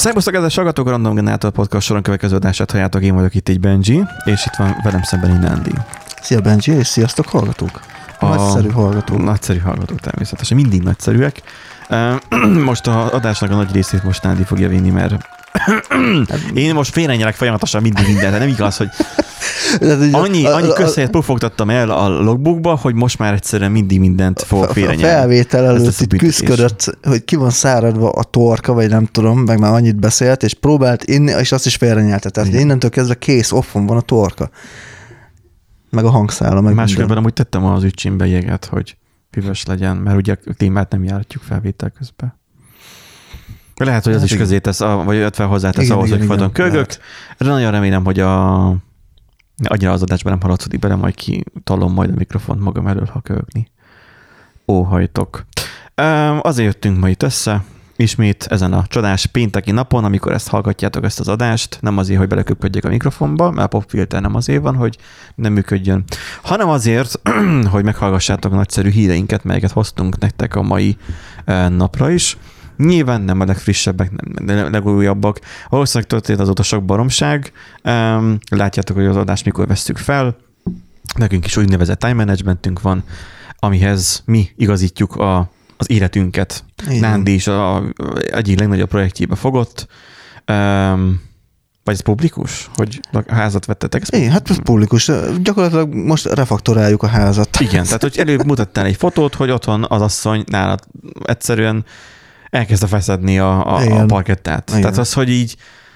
Szerbusztok, ez a Hallgatók Random Generator Podcast soron következő adását halljátok, én vagyok itt egy Benji, és itt van velem szemben egy Nandi. Szia Benji, és sziasztok hallgatók! Nagyszerű hallgatók. Nagyszerű hallgatók természetesen, mindig nagyszerűek. Most az adásnak a nagy részét most Nandi fogja vinni, mert én most félrenyelek folyamatosan mindig mindent, nem igaz, hogy annyi közhelyet pufogtattam el a logbookba, hogy most már egyszerűen mindig mindent fogok félrenyelni. A felvétel előtt itt küszködött, hogy ki van száradva a torka, vagy nem tudom, meg már annyit beszélt, és próbált inni, és azt is félrenyelte. Tehát innentől kezdve kész, offon van a torka. Meg a hangszála, meg Máskülönben amúgy tettem az ügycsimbe jeget, hogy hűvös legyen, mert ugye a klímát nem járatjuk felvétel közben. Lehet, hogy az is közé tesz, vagy hozzátesz ahhoz, hogy folyton kölgök. Nagyon remélem, hogy annyira az adásban nem haladszódik bele, majd kitallom majd a mikrofont magam elől, ha kölgni. Óhajtok. Azért jöttünk ma itt össze, ismét ezen a csodás pénteki napon, amikor ezt hallgatjátok, ezt az adást, nem azért, hogy beleköpködjek a mikrofonba, mert a popfilter nem azért van, hogy nem működjön, hanem azért, hogy meghallgassátok a nagyszerű híreinket, melyeket hoztunk nektek a mai napra is. Nyilván nem a legfrissebbek, nem legújabbak. Valószínűleg történt azóta sok baromság. Látjátok, hogy az adást mikor vesszük fel. Nekünk is úgynevezett time managementünk van, amihez mi igazítjuk az életünket. Nándi is egyik legnagyobb projektjébe fogott. Vagy ez publikus, hogy a házat vettetek? Hát ez publikus. Gyakorlatilag most refaktoráljuk a házat. Igen, tehát hogy előbb mutattál egy fotót, hogy otthon az asszony nálad egyszerűen elkezdte feszedni a parkettát. Igen. Tehát az, hogy így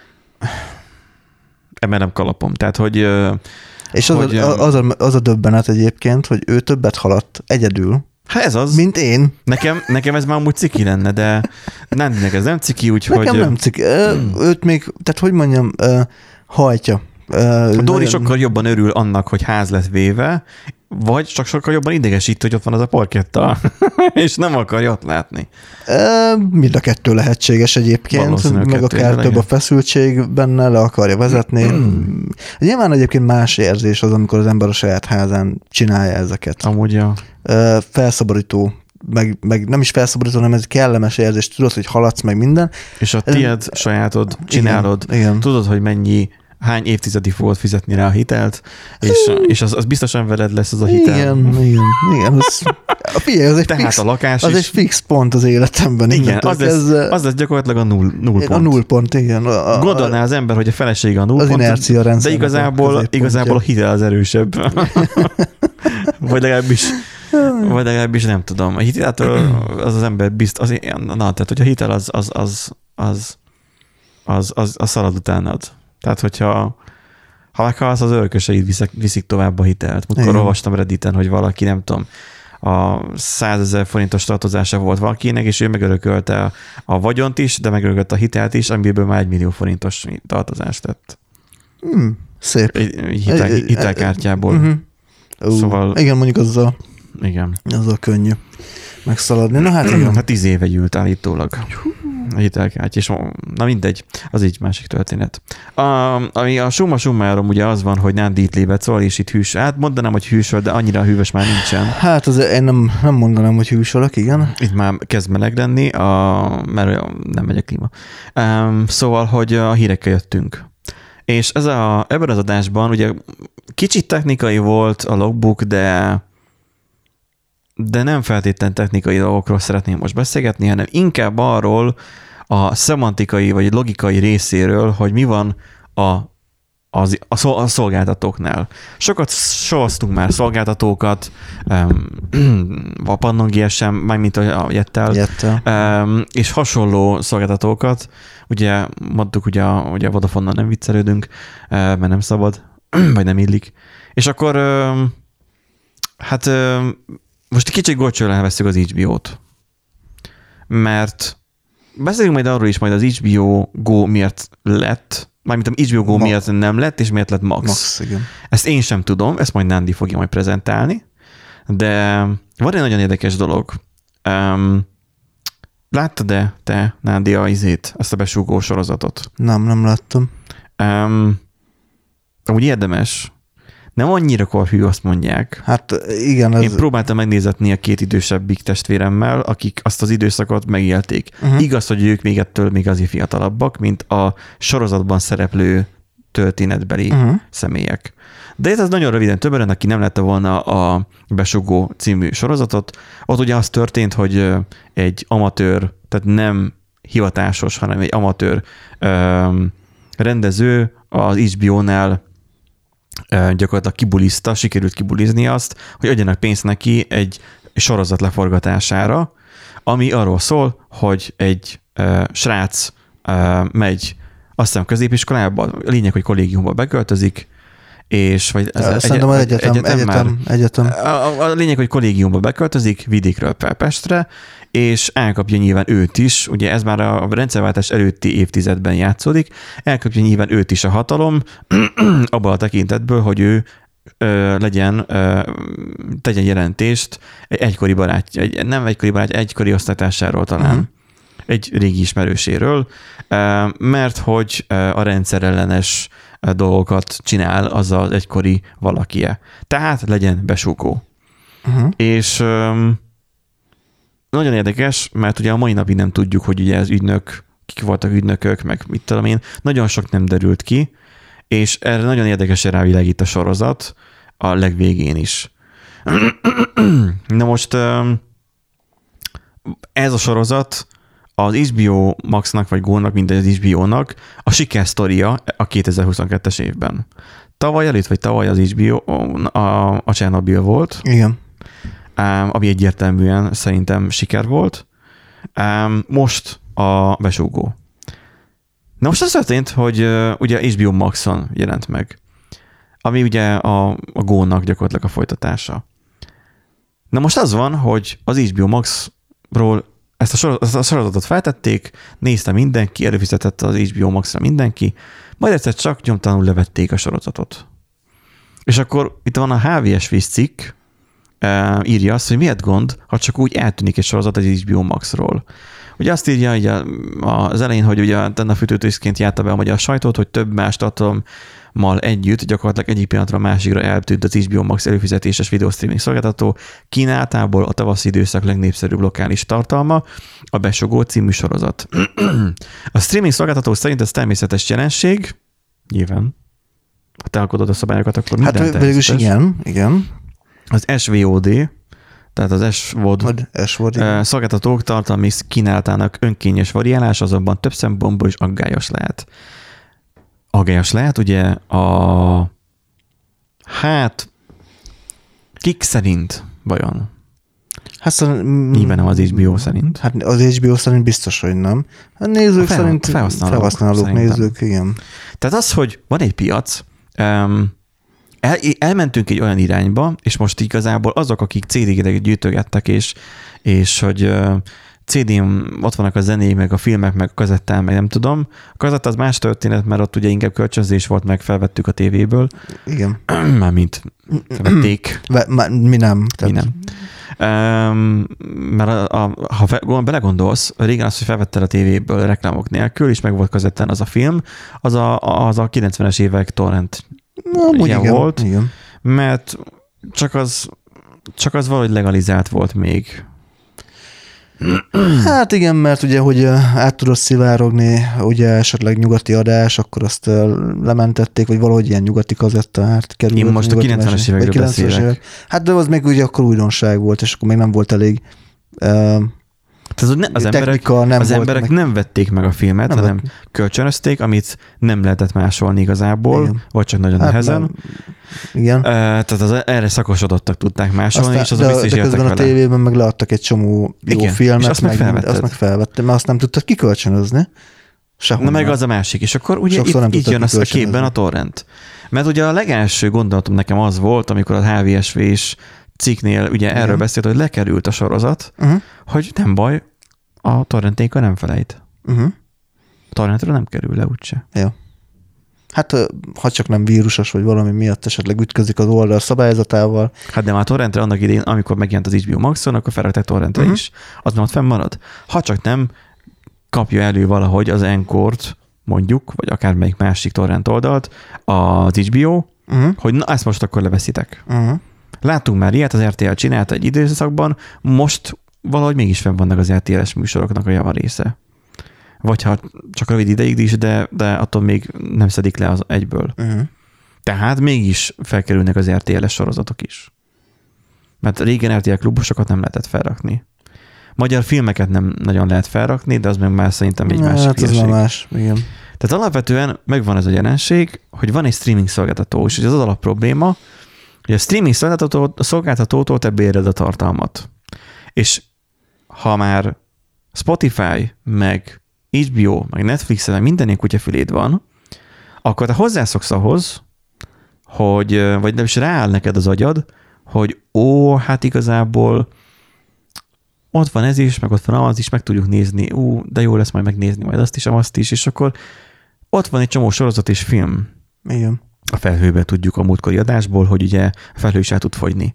emelem kalapom. Tehát, hogy... És az a döbbenet egyébként, hogy ő többet haladt egyedül, hát ez az. Mint én. Nekem ez már amúgy ciki lenne, de Nandinek ez nem ciki, úgyhogy... Nekem nem ciki. Őt még, tehát hogy mondjam, hajtja. A Dóri sokkal jobban örül annak, hogy ház lett véve, vagy csak sokkal jobban idegesít, hogy ott van az a parketta, és nem akarja ott látni. Mind a kettő lehetséges egyébként, meg akár több a feszültség benne, le akarja vezetni. Nyilván egyébként más érzés az, amikor az ember a saját házán csinálja ezeket. Amúgy, ja. Felszabadító, meg nem is felszabadító, hanem ez egy kellemes érzés. Tudod, hogy haladsz meg minden. És a tiéd sajátod csinálod. Igen. Tudod, hogy hány évtizedig fogod fizetni rá a hitelt, és az biztosan veled lesz az a hitel. Igen. Figyelj, Tehát a lakás az egy fix pont az életemben. Igen, az lesz gyakorlatilag a null pont. A null pont, igen. Gondolná az ember, hogy a felesége a null az pont, inercia rendszer. De igazából a hitel az erősebb. Vagy legalábbis nem tudom. A hiteltől az ember tehát hogy a hitel az szalad utánad. Tehát, hogyha meghalsz, az örököseid viszik tovább a hitelt. Amikor olvastam Redditen, hogy valaki, nem tudom, a 100 000 forintos tartozása volt valakinek, és ő megörökölte a vagyont is, de megörökölte a hitelt is, amiből már 1 millió forintos tartozást lett. Szép. Hitelkártyából. Szóval... Igen, mondjuk azzal könnyű megszaladni. Na hát igen. Hát 10 éve gyűlt állítólag a hitelkártya, és na mindegy, az így másik történet. Ami a summa summarum ugye az van, hogy Nándi itt lébet, szóval is itt hűs. Hát mondanám, hogy hűsöl, de annyira hűvös már nincsen. Hát én nem mondanám, hogy hűsölök, igen. Itt már kezd meleg lenni, mert nem megy a klíma. Szóval, hogy a hírekkel jöttünk. És ebben az adásban ugye kicsit technikai volt a logbook, de nem feltétlenül technikai dolgokról szeretném most beszélgetni, hanem inkább arról a szemantikai vagy logikai részéről, hogy mi van a szolgáltatóknál. Sokat soroztunk már szolgáltatókat, a Pannon GSM, mármint a Jettel. És hasonló szolgáltatókat. Ugye mondtuk, ugye a Vodafonnal nem viccelődünk, mert nem szabad, vagy nem illik. És akkor most egy kicsit górcsőre elvesztük az HBO-t. Mert beszéljünk majd arról is, majd az HBO Go miért lett, mármint a HBO Go miért nem lett, és miért lett Max. Igen. Ezt én sem tudom, ezt majd Nándi fogja majd prezentálni, de van egy nagyon érdekes dolog. Láttad-e te, Nándi, ezt a besúgó sorozatot? Nem láttam. Amúgy érdemes. nem annyira korhű, azt mondják. Hát igen. Én próbáltam megnézetni a 2 idősebbik testvéremmel, akik azt az időszakot megélték. Igaz, hogy ők még ettől még azért fiatalabbak, mint a sorozatban szereplő történetbeli személyek. De ez nagyon röviden többen, aki nem látta volna a Besugó című sorozatot, ott ugye az történt, hogy egy amatőr, tehát nem hivatásos, hanem egy amatőr rendező az HBO-nál gyakorlatilag sikerült kibulizni azt, hogy adjanak pénzt neki egy sorozat leforgatására, ami arról szól, hogy egy srác megy azt hiszem középiskolába, a lényeg, hogy kollégiumba beköltözik, és vagy szerintem egyetem. A lényeg, hogy kollégiumba beköltözik, vidékről Pestre, és elkapja nyilván őt is, ugye ez már a rendszerváltás előtti évtizedben játszódik, elkapja nyilván őt is a hatalom, abban a tekintetből, hogy ő tegyen jelentést egykori egykori osztálytársáról talán, egy régi ismerőséről, mert hogy a rendszerellenes dolgokat csinál az az egykori valakie. Tehát legyen Besugó. És nagyon érdekes, mert ugye a mai napig nem tudjuk, hogy ugye ez ügynök, kik voltak ügynökök, meg mit tudom én, nagyon sok nem derült ki, és erre nagyon érdekesen rávilágít a sorozat a legvégén is. Na most ez a sorozat az HBO Maxnak, vagy Go-nak, mindegy az HBO-nak a sikersztoria a 2022-es évben. Tavaly előtt, vagy tavaly az HBO a Chernobyl volt. Igen. Ami egyértelműen szerintem siker volt. Most a Besugó. Na most az történt, hogy ugye HBO Maxon jelent meg, ami ugye a Go-nak gyakorlatilag a folytatása. Na most az van, hogy az HBO Maxról ezt a sorozatot feltették, nézte mindenki, előfizetett az HBO Maxra mindenki, majd egyszer csak nyomtalanul levették a sorozatot. És akkor itt van a HVSV cikk, írja azt, hogy miért gond, ha csak úgy eltűnik egy sorozat az HBO Maxról. Ugye azt írja ugye az elején, hogy ugye a fütőtűzként járta be a magyar sajtót, hogy több más tartalommal együtt gyakorlatilag egyik pillanatra a másikra eltűnt az HBO Max előfizetéses videostreaming szolgáltató kínálatából a tavaszi időszak legnépszerűbb lokális tartalma, a Besugó című sorozat. A streaming szolgáltató szerint ez természetes jelenség, nyilván, ha te alkotod a szabályokat, akkor minden természetes. Hát igen. Az SVOD, tehát az SVOD szolgáltatók tartalmi kínálatának önkényes variálás azonban több szempontból is aggályos lehet. Aggályos lehet, ugye kik szerint vajon? Hát nyilván nem az HBO szerint. Hát az HBO szerint biztos, hogy nem. A nézők szerint felhasználók nézők, igen. Tehát az, hogy van egy piac, elmentünk egy olyan irányba, és most igazából azok, akik CD-ket gyűjtögettek, és hogy CD-n ott vannak a zenék, meg a filmek, meg a kazettán, meg nem tudom. A kazetta az más történet, mert ott ugye inkább kölcsönzés volt, meg felvettük a tévéből. Igen. Mármint felvették. Mi nem. Mi nem. Mert ha belegondolsz, régen az, hogy felvetted a tévéből reklámok nélkül, és meg volt kazettán az a film, az a 90-es évek torrent volt, igen. Mert csak az valahogy legalizált volt még. Hát igen, mert ugye, hogy át tudod szivárogni, ugye esetleg nyugati adás, akkor azt lementették, vagy valahogy ilyen nyugati kazetta átkerült. Én most a 90-es évekről beszélek. Hát de az még ugye akkor újdonság volt, és akkor még nem volt elég az emberek nem vették meg a filmet, hanem kölcsönözték, amit nem lehetett másolni igazából, igen. Vagy csak nagyon nehezen. Igen. Tehát erre szakosodottak tudták másolni, és azon biztos éltek vele. A tévében meg leadtak egy csomó jó filmet, és azt meg felvettem, mert azt nem tudtad kikölcsönözni. Na meg az a másik, és akkor ugye itt jön a képben a torrent. Mert ugye a legelső gondolatom nekem az volt, amikor a HVSV-s cikknél ugye erről beszélt, hogy lekerült a sorozat, hogy nem baj, a torrenténkkal nem felejt. A torrentről nem kerül le úgyse. Jó. Hát, ha csak nem vírusos, vagy valami miatt esetleg ütközik az oldal szabályzatával. Hát de már a torrentre annak idején, amikor megjelent az HBO Maxon, akkor felrakták torrentre is. Az nem ott fennmarad. Ha csak nem kapja elő valahogy az Encore-t, mondjuk, vagy akármelyik másik torrent oldalt, az HBO, hogy na, ezt most akkor leveszitek. Láttunk már ilyet, az RTL csinálta egy időszakban, most valahogy mégis fenn vannak az RTL-es műsoroknak a javarésze. Vagy ha csak rövid ideig is, de attól még nem szedik le az egyből. Tehát mégis felkerülnek az RTL-es sorozatok is. Mert régen RTL klubosokat nem lehetett felrakni. Magyar filmeket nem nagyon lehet felrakni, de az meg már szerintem egy másik hírség. Ez más, igen. Tehát alapvetően megvan ez a jelenség, hogy van egy streaming szolgáltató, és az alap probléma, hogy a streaming szolgáltatótól te béred a tartalmat. És ha már Spotify, meg HBO, meg Netflix, meg minden ilyen kutyafüléd van, akkor te hozzászoksz ahhoz, hogy, vagy nem is rááll neked az agyad, hogy hát igazából ott van ez is, meg ott van az is, meg tudjuk nézni, de jó lesz majd megnézni majd azt is, és akkor ott van egy csomó sorozat és film. Igen. A felhőbe tudjuk a múltkori adásból, hogy ugye a felhő is el tud fogyni.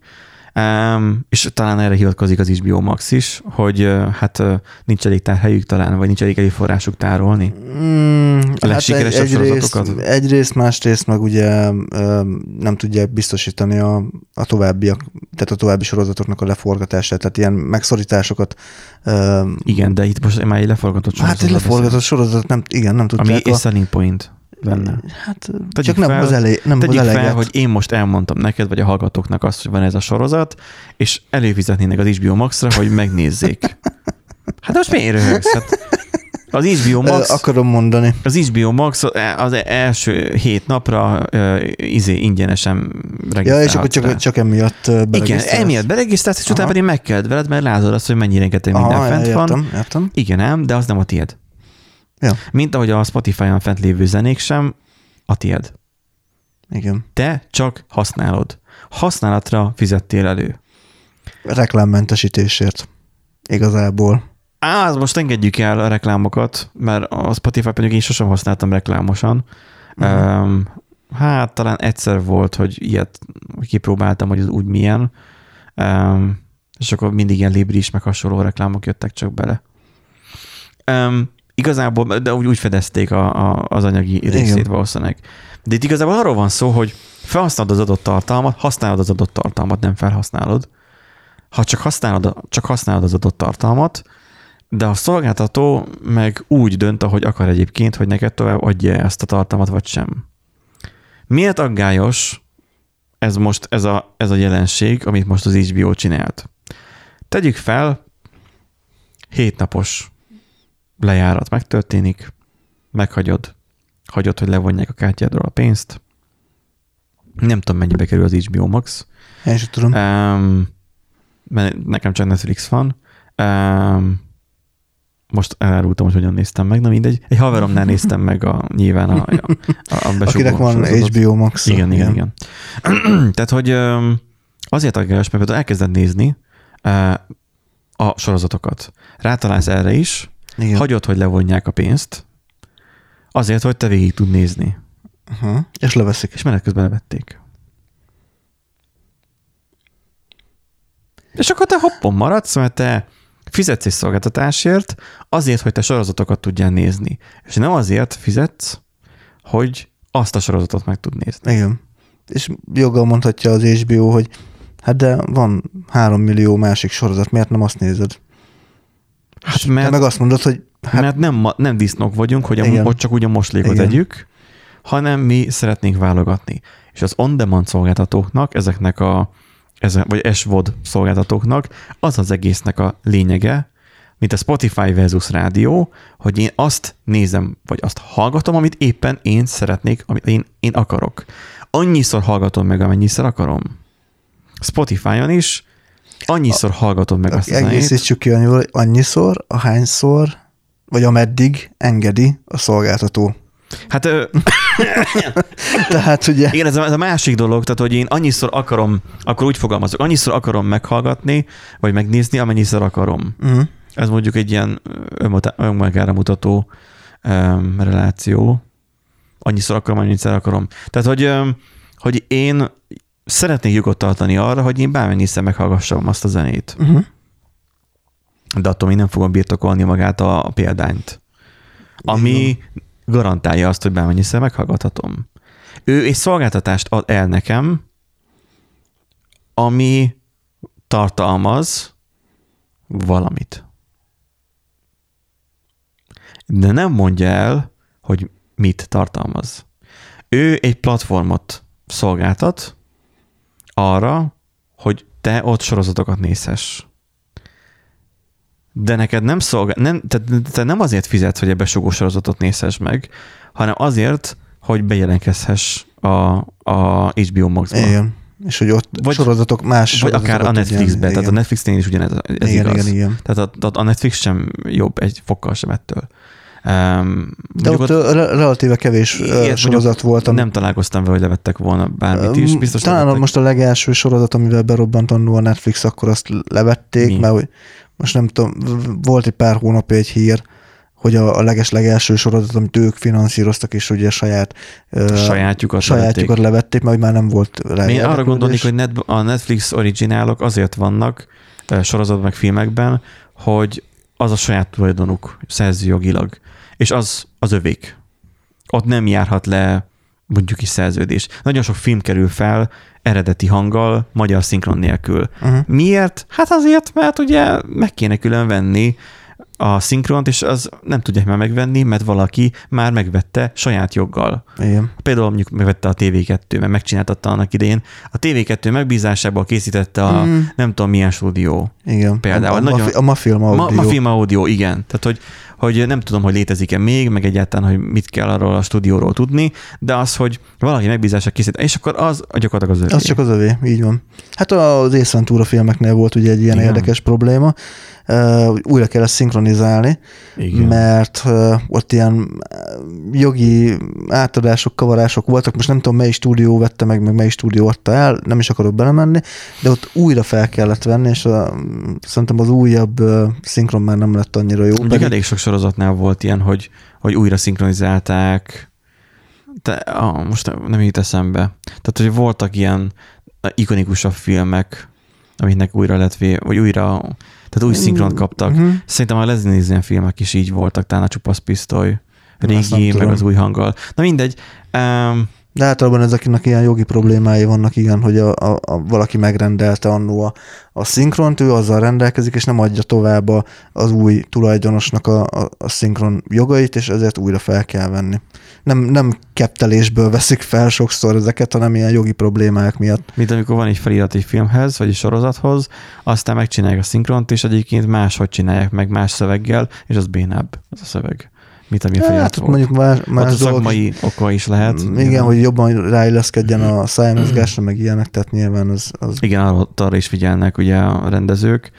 És talán erre hivatkozik az HBO Max is, hogy hát nincs elég helyük talán, vagy nincs elég erőforrásuk tárolni. A legsikeresebb sorozatokat? Egyrészt, másrészt meg ugye nem tudják biztosítani a továbbiak, tehát a további sorozatoknak a leforgatását, tehát ilyen megszorításokat. Igen, de itt most már egy leforgatott sorozat. Hát egy leforgatott sorozat, nem tudják. Ami egy selling point lenne. Hát csak nem az eleget. Tegyük fel, hogy én most elmondtam neked, vagy a hallgatóknak azt, hogy van ez a sorozat, és előfizetnének az HBO Max-ra, hogy megnézzék. Hát most miért röhögsz? Hát az HBO Max... Akarom mondani. Az HBO Max az első 7 napra ingyenesen regisztrált. Ja, és akkor csak emiatt beregisztrálsz. Igen, emiatt beregisztrálsz, és utána pedig meg kellett veled, mert látod azt, hogy mennyi rengeteg minden fent van. Értem. Igen, ám, de az nem a tiéd. Ja. Mint ahogy a Spotify-on fent lévő zenék sem a tiéd. Igen. Te csak használod. Használatra fizettél elő. Reklámmentesítésért. Igazából. Az most engedjük el a reklámokat, mert a Spotify pedig én sosem használtam reklámosan. Hát talán egyszer volt, hogy ilyet kipróbáltam, hogy az úgy milyen. És akkor mindig ilyen Libri-s, meg hasonló reklámok jöttek csak bele. Igazából, de úgy fedezték az anyagi részét valószínűleg. De itt igazából arról van szó, hogy felhasználod az adott tartalmat, használod az adott tartalmat, nem felhasználod. Ha csak használod az adott tartalmat, de a szolgáltató meg úgy dönt, ahogy akar egyébként, hogy neked tovább adja ezt a tartalmat, vagy sem. Miért aggályos ez a jelenség, amit most az HBO csinált? Tegyük fel, 7 napos lejárat megtörténik, hagyod, hogy levonják a kártyádról a pénzt. Nem tudom, mennyibe kerül az HBO Max. Én sem tudom. Mert nekem csak Netflix van. Most elárultam, hogy hogyan néztem meg, na mindegy. Egy haveromnál néztem meg nyilván a besugó. Akinek van HBO Max. Igen. Tehát, hogy azért aggályos, mert például elkezded nézni a sorozatokat. Rátalálsz erre is, igen. Hagyod, hogy levonják a pénzt, azért, hogy te végig tud nézni. És leveszik. És menet közben levették. És akkor te hoppon maradsz, mert te fizetsz egy szolgáltatásért azért, hogy te sorozatokat tudjál nézni. És nem azért fizetsz, hogy azt a sorozatot meg tud nézni. Igen. És joggal mondhatja az HBO, hogy hát de van 3 millió másik sorozat, miért nem azt nézed? Hát mert, meg azt mondod, hogy... Mert nem disznók vagyunk, hogy csak úgy a moslékot tegyük, hanem mi szeretnénk válogatni. És az on-demand szolgáltatóknak, vagy SVOD szolgáltatóknak az az egésznek a lényege, mint a Spotify versus rádió, hogy én azt nézem, vagy azt hallgatom, amit éppen én szeretnék, amit én akarok. Annyiszor hallgatom meg, amennyiszer akarom. Spotify-on is annyiszor hallgatom meg azt a zenét. Egészítsük ki annyiszor, ahányszor, vagy ameddig engedi a szolgáltató. Hát, tehát ugye... Igen, ez a másik dolog, tehát hogy én annyiszor akarom, akkor úgy fogalmazok, annyiszor akarom meghallgatni, vagy megnézni, amennyiszer akarom. Ez mondjuk egy ilyen önmagára mutató reláció. Annyiszor akarom, amennyiszer akarom. Tehát, hogy én szeretnék jogot tartani arra, hogy én bármennyiszer meghallgassam azt a zenét. De attól még nem fogom birtokolni magát a példányt. Ami garantálja azt, hogy bármennyiszer meghallgathatom. Ő egy szolgáltatást ad el nekem, ami tartalmaz valamit. De nem mondja el, hogy mit tartalmaz. Ő egy platformot szolgáltat arra, hogy te ott sorozatokat nézhess. De neked nem te nem azért fizetsz, hogy ebbe sugó sorozatot nézhess meg, hanem azért, hogy bejelentkezhess a HBO Max-ba. Igen. És hogy ott vagy sorozatok, más sorozatok. Vagy akár a Netflixbe. Tehát a Netflixnél is ugyanez igaz. Igen. Tehát a Netflix sem jobb egy fokkal sem ettől. De ott relatíve kevés sorozat volt. Nem találkoztam vele, hogy levettek volna bármit is. Biztos talán levettek. Most a legelső sorozat, amivel berobbant annó a Netflix, akkor azt levették, mert most nem tudom, volt egy pár hónapja egy hír, hogy a legelső sorozat, amit ők finanszíroztak, és ugye sajátjukat levették, mert már nem volt rá. Én arra gondolnék, hogy a Netflix originálok azért vannak sorozat meg filmekben, hogy az a saját tulajdonuk szerzőjogilag, és az övék. Ott nem járhat le mondjuk is szerződés. Nagyon sok film kerül fel eredeti hanggal, magyar szinkron nélkül. Miért? Hát azért, mert ugye meg kéne külön venni a szinkront, és az nem tudják már megvenni, mert valaki már megvette saját joggal. Igen. Például mondjuk megvette a TV2, mert megcsináltatta annak idején. A TV2 megbízásából készítette a nem tudom milyen stúdió. Igen. Például a Mafilm Audio. Mafilm Audio, igen. Tehát, hogy nem tudom, hogy létezik-e még, meg egyáltalán, hogy mit kell arról a stúdióról tudni, de az, hogy valaki megbízásra készít, és akkor az gyakorlatilag az övé. Az csak az övé, így van. Hát az Ace Ventura filmeknél volt ugye egy ilyen érdekes probléma, újra kell ezt szinkronizálni, igen. Mert ott ilyen jogi átadások, kavarások voltak, most nem tudom, melyik stúdió vette meg melyik stúdió adta el, nem is akarok belemenni, de ott újra fel kellett venni, és szerintem az újabb szinkron már nem lett annyira jó. Ugye elég sok sorozatnál volt ilyen, hogy újra szinkronizálták, de most nem jut eszembe. Tehát, hogy voltak ilyen ikonikusabb filmek, amiknek újra lett vagy újra, tehát új szinkront kaptak. Szerintem a Leslie Nielsen filmek is így voltak, talán a Csupasz pisztoly, régi, meg az új hanggal. Na mindegy. De általában ezeknek ilyen jogi problémái vannak, igen, hogy valaki megrendelte annó a szinkront, ő azzal rendelkezik, és nem adja tovább az új tulajdonosnak a szinkron jogait, és ezért újra fel kell venni. Nem keptelésből veszik fel sokszor ezeket, hanem ilyen jogi problémák miatt. Mint amikor van egy felirat egy filmhez, vagy egy sorozathoz, aztán megcsinálják a szinkront, és egyébként máshogy csinálják meg más szöveggel, és az bénább az a szöveg. Mit, ami a felirat volt. Mondjuk más szakmai oka is lehet. Igen, nyilván. Hogy jobban ráilleszkedjen a szájmozgásra, meg ilyenek, tehát nyilván az... Igen, arra is figyelnek ugye a rendezők.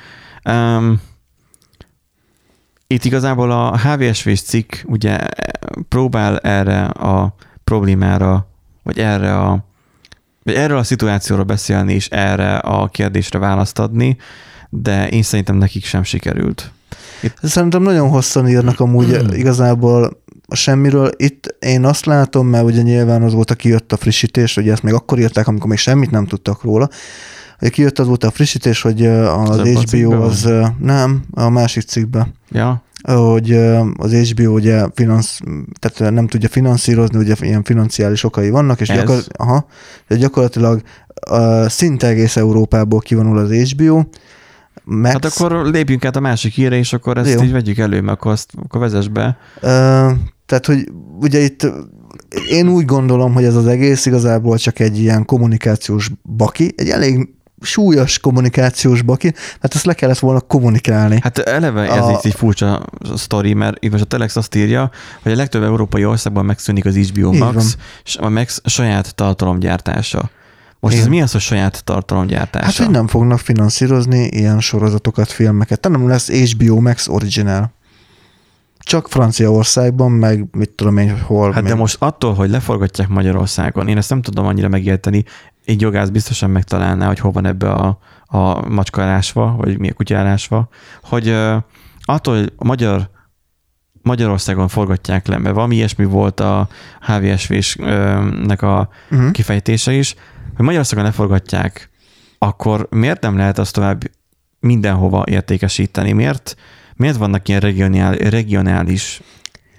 Itt igazából a HVSV-s cikk ugye próbál erre a problémára, vagy erről a szituációról beszélni, és erre a kérdésre választ adni, de én szerintem nekik sem sikerült. Szerintem nagyon hosszan írnak amúgy igazából a semmiről. Itt én azt látom, mert ugye nyilván az volt, a kijött a frissítés, hogy ezt még akkor írták, amikor még semmit nem tudtak róla. Kijött az volt a frissítés, hogy az HBO az... Nem, a másik cikkben. Ja. Hogy az HBO ugye tehát nem tudja finanszírozni, ugye ilyen financiális okai vannak, és gyakorlatilag szinte egész Európából kivonul az HBO. Max. Hát akkor lépjünk át a másik hírre, és akkor ezt így vegyük elő, mert akkor vezess be. Tehát, hogy ugye itt én úgy gondolom, hogy ez az egész igazából csak egy ilyen kommunikációs baki, egy elég súlyos kommunikációs baki, hát ezt le kellett volna kommunikálni. Hát eleve ez egy furcsa sztori, mert itt most a Telex azt írja, hogy a legtöbb európai országban megszűnik az HBO Max, és a Max saját tartalomgyártása. Most ez mi az, hogy saját tartalomgyártása? Hát, hogy nem fognak finanszírozni ilyen sorozatokat, filmeket. Tehát nem lesz HBO Max Original. Csak Franciaországban, meg mit tudom én, hol. Hát de most attól, hogy leforgatják Magyarországon, én ezt nem tudom annyira megérteni, egy jogász biztosan megtalálná, hogy hol van ebbe a macskálásva, vagy mi a kutyálásva, hogy attól, hogy Magyarországon forgatják le, mert valami ilyesmi volt a HVSV-nek a kifejtése is, hogy Magyarországon leforgatják, akkor miért nem lehet azt tovább mindenhova értékesíteni? Miért vannak ilyen regionális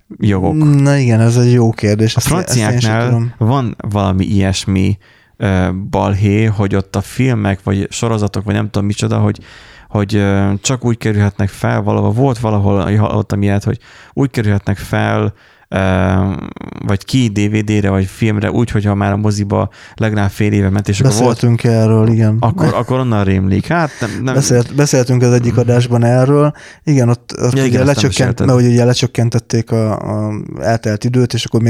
jogok? Na igen, ez egy jó kérdés. A franciáknál van valami ilyesmi balhé, hogy ott a filmek, vagy sorozatok, vagy nem tudom micsoda, hogy csak úgy kerülhetnek fel valahol. Volt valahol, hallottam ilyet, hogy úgy kerülhetnek fel, vagy ki DVD-re, vagy filmre, úgy, hogyha már a moziba legalább fél éve ment, és beszéltünk akkor volt, erről, igen. Akkor onnan rémlik. Hát nem. Beszéltünk az egyik adásban erről. Igen, ott ja, ugye mert ugye lecsökkentették a eltelt időt, és akkor még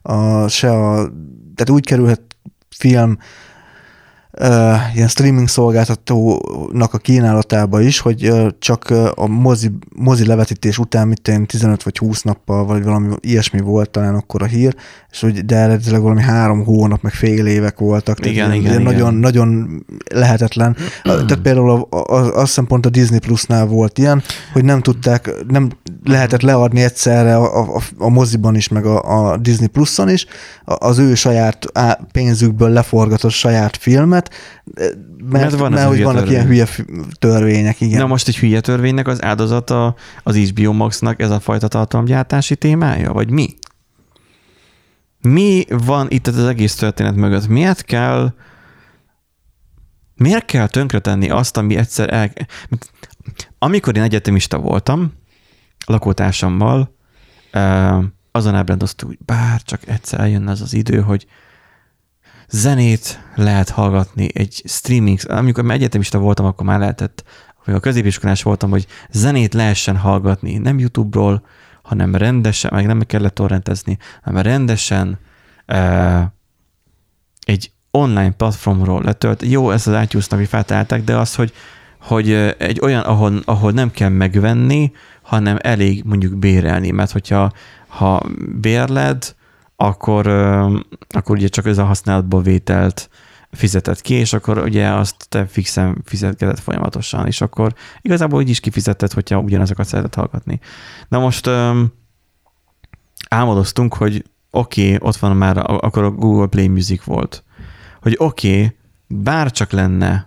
tehát úgy kerülhet film ilyen streaming szolgáltatónak a kínálatába is, hogy csak a mozi levetítés után 15 vagy 20 nappal, vagy valami ilyesmi volt talán akkor a hír, és hogy de eredetileg valami 3 hónap, meg fél évek voltak. Igen. Nagyon lehetetlen. Tehát például azt hiszem pont a Disney Plusnál volt ilyen, hogy nem lehetett leadni egyszerre a moziban is, meg a Disney Pluson is, az ő saját pénzükből leforgatott saját filmet, mert hogy vannak ilyen hülye törvények, igen. Na most egy hülye törvénynek az áldozata az HBO Max-nak ez a fajta tartalomgyártási témája, vagy mi? Mi van itt az egész történet mögött? Miért kell tönkretenni azt, ami egyszer Amikor én egyetemista voltam, lakótársammal, azon ábrendoztuk, hogy bár csak egyszer eljönne az idő, hogy zenét lehet hallgatni egy streaming, amikor már egyetemista voltam, akkor már lehetett, vagy a középiskolás voltam, hogy zenét lehessen hallgatni, nem YouTube-ról, hanem rendesen, meg nem kellett torrentezni, hanem rendesen egy online platformról letölt. Jó, ezt az iTunes-nak, hogy feltalálták, de az, hogy egy olyan, ahol nem kell megvenni, hanem elég mondjuk bérelni, mert hogyha bérled, akkor ugye csak ez a használatból vételt fizetett ki, és akkor ugye azt te fixen fizetkedett folyamatosan, és akkor igazából úgy is kifizetted, hogyha ugyanazokat szeretett hallgatni. Na most álmodoztunk, hogy oké, ott van már, akkor a Google Play Music volt, hogy oké, bárcsak lenne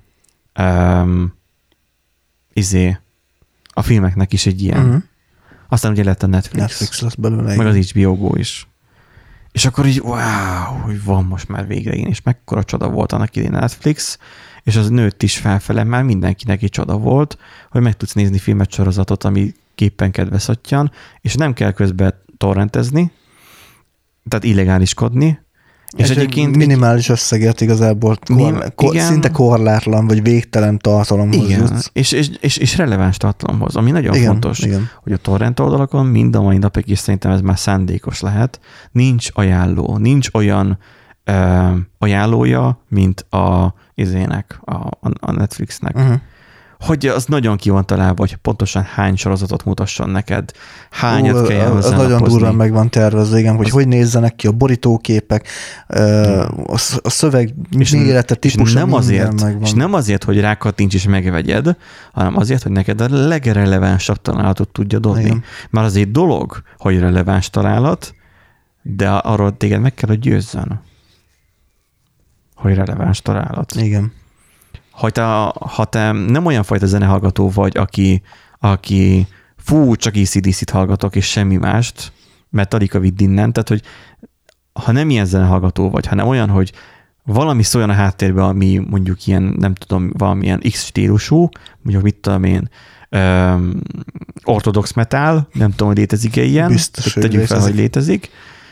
a filmeknek is egy ilyen. Uh-huh. Aztán ugye lett a Netflix lesz belőle, meg az HBO Go is. És akkor így, wow, hogy van most már végre én, és mekkora csoda volt annak idén Netflix, és az nőtt is felfele, már mindenkinek egy csoda volt, hogy meg tudsz nézni filmet, sorozatot, ami képpen kedveszattyan, és nem kell közben torrentezni, tehát illegáliskodni, és egyébként minimális összegért igazából szinte korlátlan, vagy végtelen tartalomhoz jutsz. És releváns tartalomhoz, ami nagyon fontos, hogy a torrent oldalakon mind a mai napig, és szerintem ez már szándékos lehet, nincs ajánló, nincs olyan ajánlója, mint a Netflixnek. Uh-huh. Hogy az nagyon ki van találva, hogy pontosan hány sorozatot mutasson neked, hányat kell hozzá napozni. Az nagyon durván meg van tervezve, igen, hogy nézzenek ki a borítóképek, a szöveg mérete, típusa, és nem azért, hogy rákattints és megvegyed, hanem azért, hogy neked a legrelevánsabb találatot tudja dobni. Igen. Már az egy dolog, hogy releváns találat, de arról téged meg kell, hogy győzzön, hogy releváns találat. Igen. Ha te nem olyan fajta zenehallgató vagy, aki csak AC/DC-t hallgatok, és semmi mást, mert alig a vidd innen, tehát, hogy ha nem ilyen zenehallgató vagy, hanem olyan, hogy valami szóljon a háttérben, ami mondjuk ilyen, nem tudom, valamilyen X stílusú, mondjuk mit tudom én, ortodox metal, nem tudom, hogy létezik-e ilyen, biztos, tegyük fel, hogy létezik,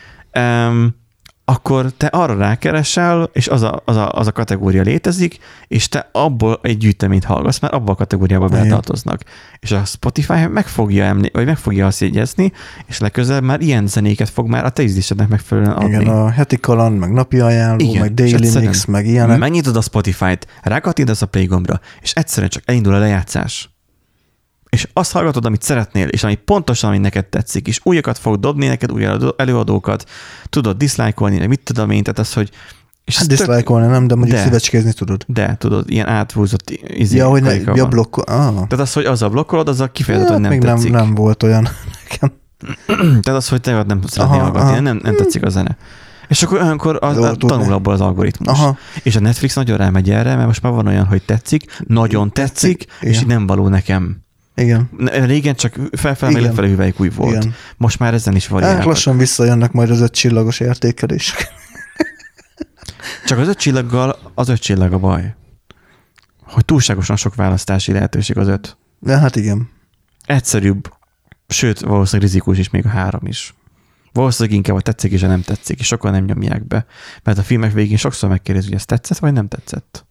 akkor te arra rákeresel, és az a kategória létezik, és te abból egy gyűjteményt hallgatsz, mert abban a kategóriában beletartoznak. És a Spotify meg fogja azt jegyezni, és legközelebb már ilyen zenéket fog már a te ízlésednek megfelelően adni. Igen, a heti kaland, meg napi ajánló, igen, meg daily mix, meg ilyenek. Megnyitod a Spotify-t, rákattintasz a play gombra, és egyszerűen csak elindul a lejátszás. És azt hallgatod, amit szeretnél, és ami pontosan, ami neked tetszik, és újakat fog dobni neked, új előadókat, tudod diszlájkolni, mit tudom én, tehát az, hogy... Hát diszlájkolni nem, de mondjuk szívecskézni tudod. De, tudod, ilyen áthúzott blokkol. Tehát az, hogy azzal blokkolod, azzal kifejezetten nem tetszik. Nem volt olyan nekem. Tehát az, hogy te nem szeretnél hallgatni, nem tetszik a zene. És akkor olyankor tanul abból az algoritmus. Aha. És a Netflix nagyon rámegy erre, mert most már van olyan, hogy tetszik, nagyon tetszik, és így nem való nekem. Igen. Régen csak felfelé lefelé hüvelykúj volt. Igen. Most már ezen is variálnak. Lassan visszajönnek majd az 5 csillagos értékelések. Csak az 5 csillaggal az 5 csillag a baj. Hogy túlságosan sok választási lehetőség az 5. De hát igen. Egyszerűbb, sőt, valószínűleg rizikós is még a 3 is. Valószínűleg inkább a tetszik és a nem tetszik, és sokan nem nyomják be. Mert a filmek végén sokszor megkérdezi, hogy ez tetszett, vagy nem tetszett.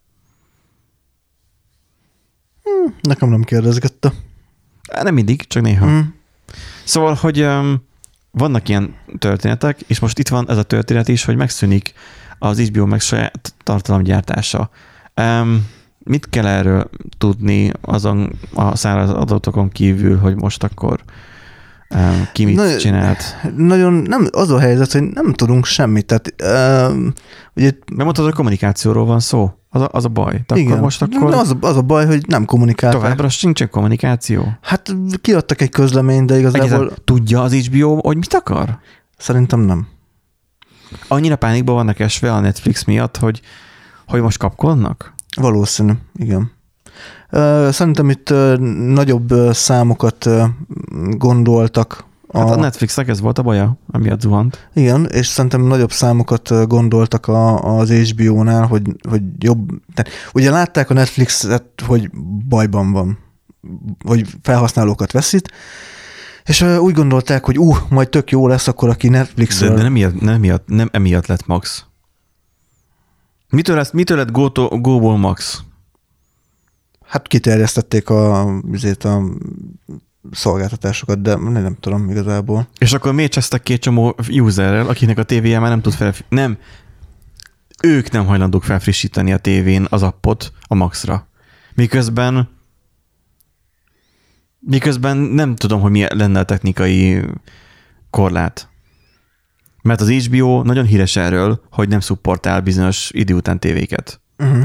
Nekem nem kérdezgette. Nem mindig, csak néha. Szóval, hogy vannak ilyen történetek, és most itt van ez a történet is, hogy megszűnik az HBO meg saját tartalomgyártása. Mit kell erről tudni azon a száraz adatokon kívül, hogy most akkor ki mit csinált? Nagyon nem, az a helyzet, hogy nem tudunk semmit. Tehát, ugye, mondtad, hogy kommunikációról van szó. Az a baj. Tehát igen. Akkor az a baj, hogy nem kommunikálták. Továbbra sincsen kommunikáció? Hát kiadtak egy közleményt, de igazából... Tudja az HBO, hogy mit akar? Szerintem nem. Annyira pánikban vannak esve a Netflix miatt, hogy most kapkodnak? Valószínű, igen. Szerintem itt nagyobb számokat gondoltak. Hát a Netflixnek ez volt a baja, amiatt zuhant. Igen, és szerintem nagyobb számokat gondoltak az HBO-nál, hogy jobb... Ugye látták a Netflixet, hogy bajban van, hogy felhasználókat veszít, és úgy gondolták, hogy majd tök jó lesz akkor, aki Netflixről... De nem emiatt lett Max. Mitől lett Go-ból Max? Hát kiterjesztették a szolgáltatásokat, de nem tudom igazából. És akkor miért csesztek ki egy csomó userrel, akinek a tévéje már nem tud Nem. Ők nem hajlandók felfrissíteni a tévén az appot a Maxra. Miközben nem tudom, hogy mi lenne a technikai korlát. Mert az HBO nagyon híres erről, hogy nem szupportál bizonyos idő után tévéket. Uh-huh.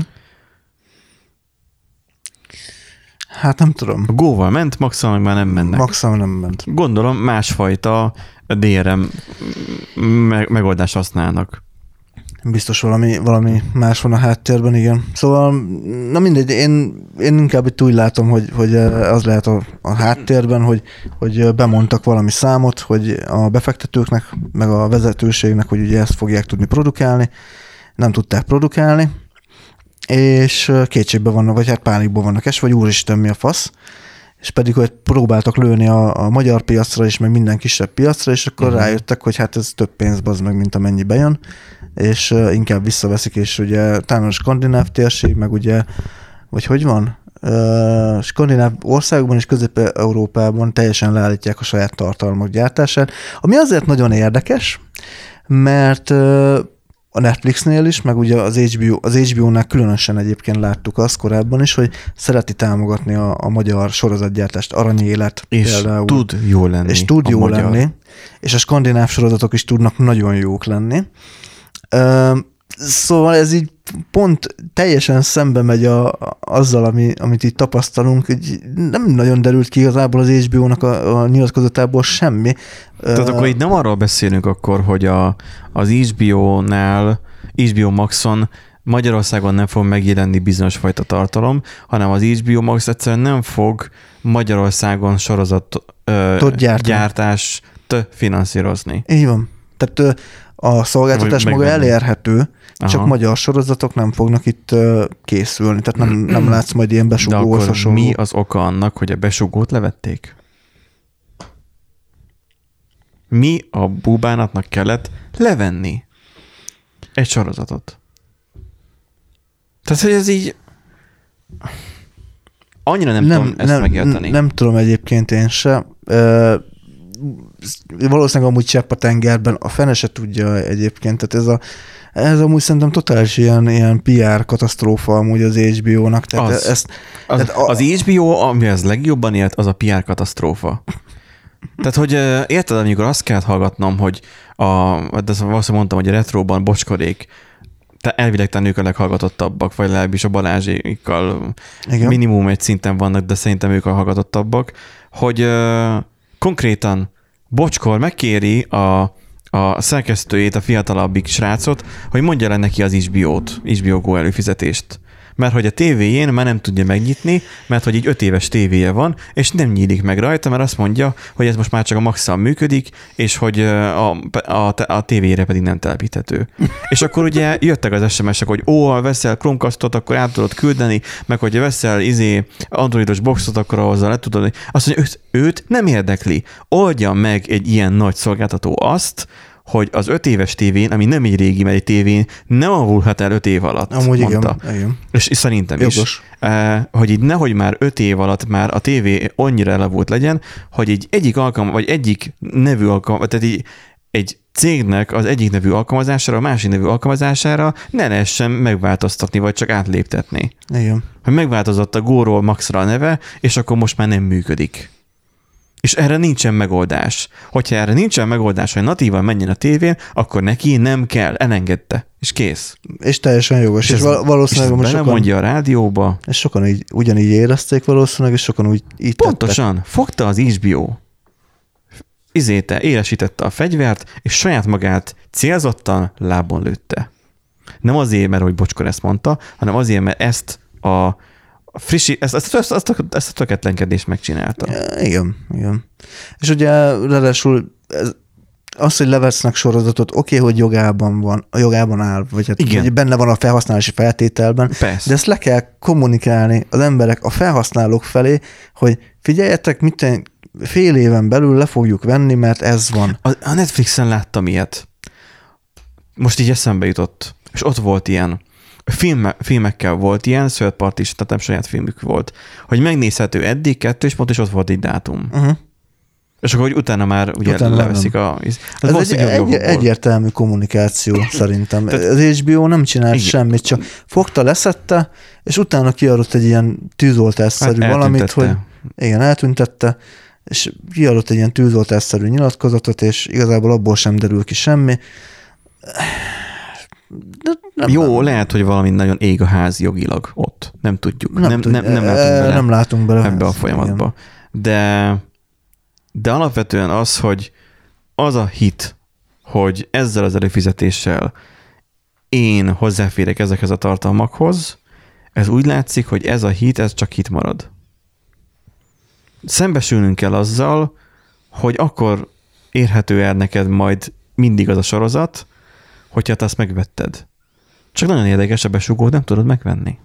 Hát nem tudom. A Go-val ment, Max-al már nem mennek. Max-al nem ment. Gondolom másfajta DRM megoldást használnak. Biztos valami más van a háttérben, igen. Szóval, na mindegy, én inkább itt úgy látom, hogy az lehet a háttérben, hogy bemondtak valami számot, hogy a befektetőknek, meg a vezetőségnek, hogy ugye ezt fogják tudni produkálni, nem tudták produkálni, és kétségbe vannak, vagy hát pánikban vannak esve, vagy úristen, mi a fasz, és pedig, hogy próbáltak lőni a magyar piacra is, meg minden kisebb piacra, és akkor rájöttek, hogy hát ez több pénz bazd meg, mint amennyi bejön, és inkább visszaveszik, és ugye talán a skandináv térség, meg ugye, vagy hogy van? Skandináv országokban és Közép-Európában teljesen leállítják a saját tartalmak gyártását, ami azért nagyon érdekes, mert a Netflixnél is, meg ugye az HBO-nál különösen egyébként láttuk azt korábban is, hogy szereti támogatni a magyar sorozatgyártást, Aranyélet és például. Tud jó lenni. És tud jó lenni. És a skandináv sorozatok is tudnak nagyon jók lenni. Szóval ez így pont teljesen szembe megy azzal, amit így tapasztalunk, hogy nem nagyon derült ki igazából az HBO-nak a nyilatkozatából semmi. Tehát akkor itt nem arról beszélünk akkor, hogy az HBO-nál, HBO Maxon Magyarországon nem fog megjelenni bizonyos fajta tartalom, hanem az HBO Max egyszerűen nem fog Magyarországon sorozat gyártást finanszírozni. Így van. Tehát a szolgáltatás maga elérhető, csak magyar sorozatok nem fognak itt készülni, tehát nem látsz majd ilyen besugóhoz hasonló. Mi az oka annak, hogy a besugót levették? Mi a búbánatnak kellett levenni egy sorozatot? Tehát, hogy ez így annyira nem tudom ezt megérteni. Nem tudom egyébként én se. Valószínűleg amúgy csepp a tengerben, a fene se tudja egyébként, tehát ez amúgy szerintem totális ilyen PR katasztrófa amúgy az HBO-nak. Tehát az HBO, ami az legjobban élt, az a PR katasztrófa. Tehát, hogy érted, amikor azt kellett hallgatnom, hogy de azt mondtam, hogy a retróban bocskorék, elvileg ők a leghallgatottabbak, vagy legalábbis a Balázsékkal minimum egy szinten vannak, de szerintem ők a hallgatottabbak, hogy konkrétan Bocskor megkéri a szerkesztőjét, a fiatalabbik srácot, hogy mondja le neki az HBO Go előfizetést. mert hogy a tévéjén már nem tudja megnyitni, mert hogy így 5 éves tévéje van, és nem nyílik meg rajta, mert azt mondja, hogy ez most már csak a Max-szal működik, és hogy a tévéjére pedig nem telepíthető. És akkor ugye jöttek az SMS-ek, hogy ha veszel Chromecastot, akkor át tudod küldeni, meg hogyha veszel androidos boxot, akkor azzal le tudod. Azt mondja, őt nem érdekli. Oldja meg egy ilyen nagy szolgáltató azt, hogy az 5 éves tévén, ami nem egy régi, mert egy tévén nem avulhat el 5 év alatt, amúgy mondta. Igen. És szerintem jogos is. Hogy így nehogy már 5 év alatt már a tévé annyira elavult legyen, hogy egyik alkalom, vagy egyik nevű alkalom, tehát így egy cégnek az egyik nevű alkalmazására, a másik nevű alkalmazására ne lehessen megváltoztatni, vagy csak átléptetni. Igen. Hogy megváltozott a Go-ról Maxra a neve, és akkor most már nem működik. És erre nincsen megoldás. Hogyha erre nincsen megoldás, hogy natívan menjen a tévén, akkor neki nem kell, elengedte, és kész. És teljesen jogos. És valószínűleg most sokan mondja a rádióba. És sokan ugyanígy érezték valószínűleg, és sokan úgy így pontosan. Tettek. Fogta az HBO. Élesítette a fegyvert, és saját magát célzottan lábon lőtte. Nem azért, mert hogy Bocskor ezt mondta, hanem azért, mert ezt a töketlenkedést megcsinálta. Igen. És ugye ráadásul az, hogy levesznek sorozatot, oké, hogy jogában áll, vagy hát, hogy benne van a felhasználási feltételben, persze. De ezt le kell kommunikálni az emberek, a felhasználók felé, hogy figyeljetek, fél éven belül le fogjuk venni, mert ez van. A Netflixen láttam ilyet. Most így eszembe jutott. És ott volt ilyen. Filmekkel volt ilyen, third party is, tehát nem saját filmük volt. Hogy megnézhető eddig 2 pont, és ott volt egy dátum. Uh-huh. És akkor, hogy utána már ugye leveszik Ez egy egyértelmű kommunikáció szerintem. Az HBO nem csinált semmit, csak fogta, leszette, és utána kiadott egy ilyen tűzoltásszerű valamit, hogy igen, eltüntette, és kiadott egy ilyen tűzoltásszerű nyilatkozatot, és igazából abból sem derül ki semmi. Nem. Lehet, hogy valami nagyon ég a ház jogilag ott. Nem tudjuk. Nem látunk bele ebbe a folyamatba. De alapvetően az, hogy az a hit, hogy ezzel az előfizetéssel én hozzáférek ezekhez a tartalmakhoz, ez úgy látszik, hogy ez a hit, ez csak hit marad. Szembesülnünk kell azzal, hogy akkor érhető el neked majd mindig az a sorozat, hogyha te azt megvetted. Csak nagyon érdekes, a besugót nem tudod megvenni.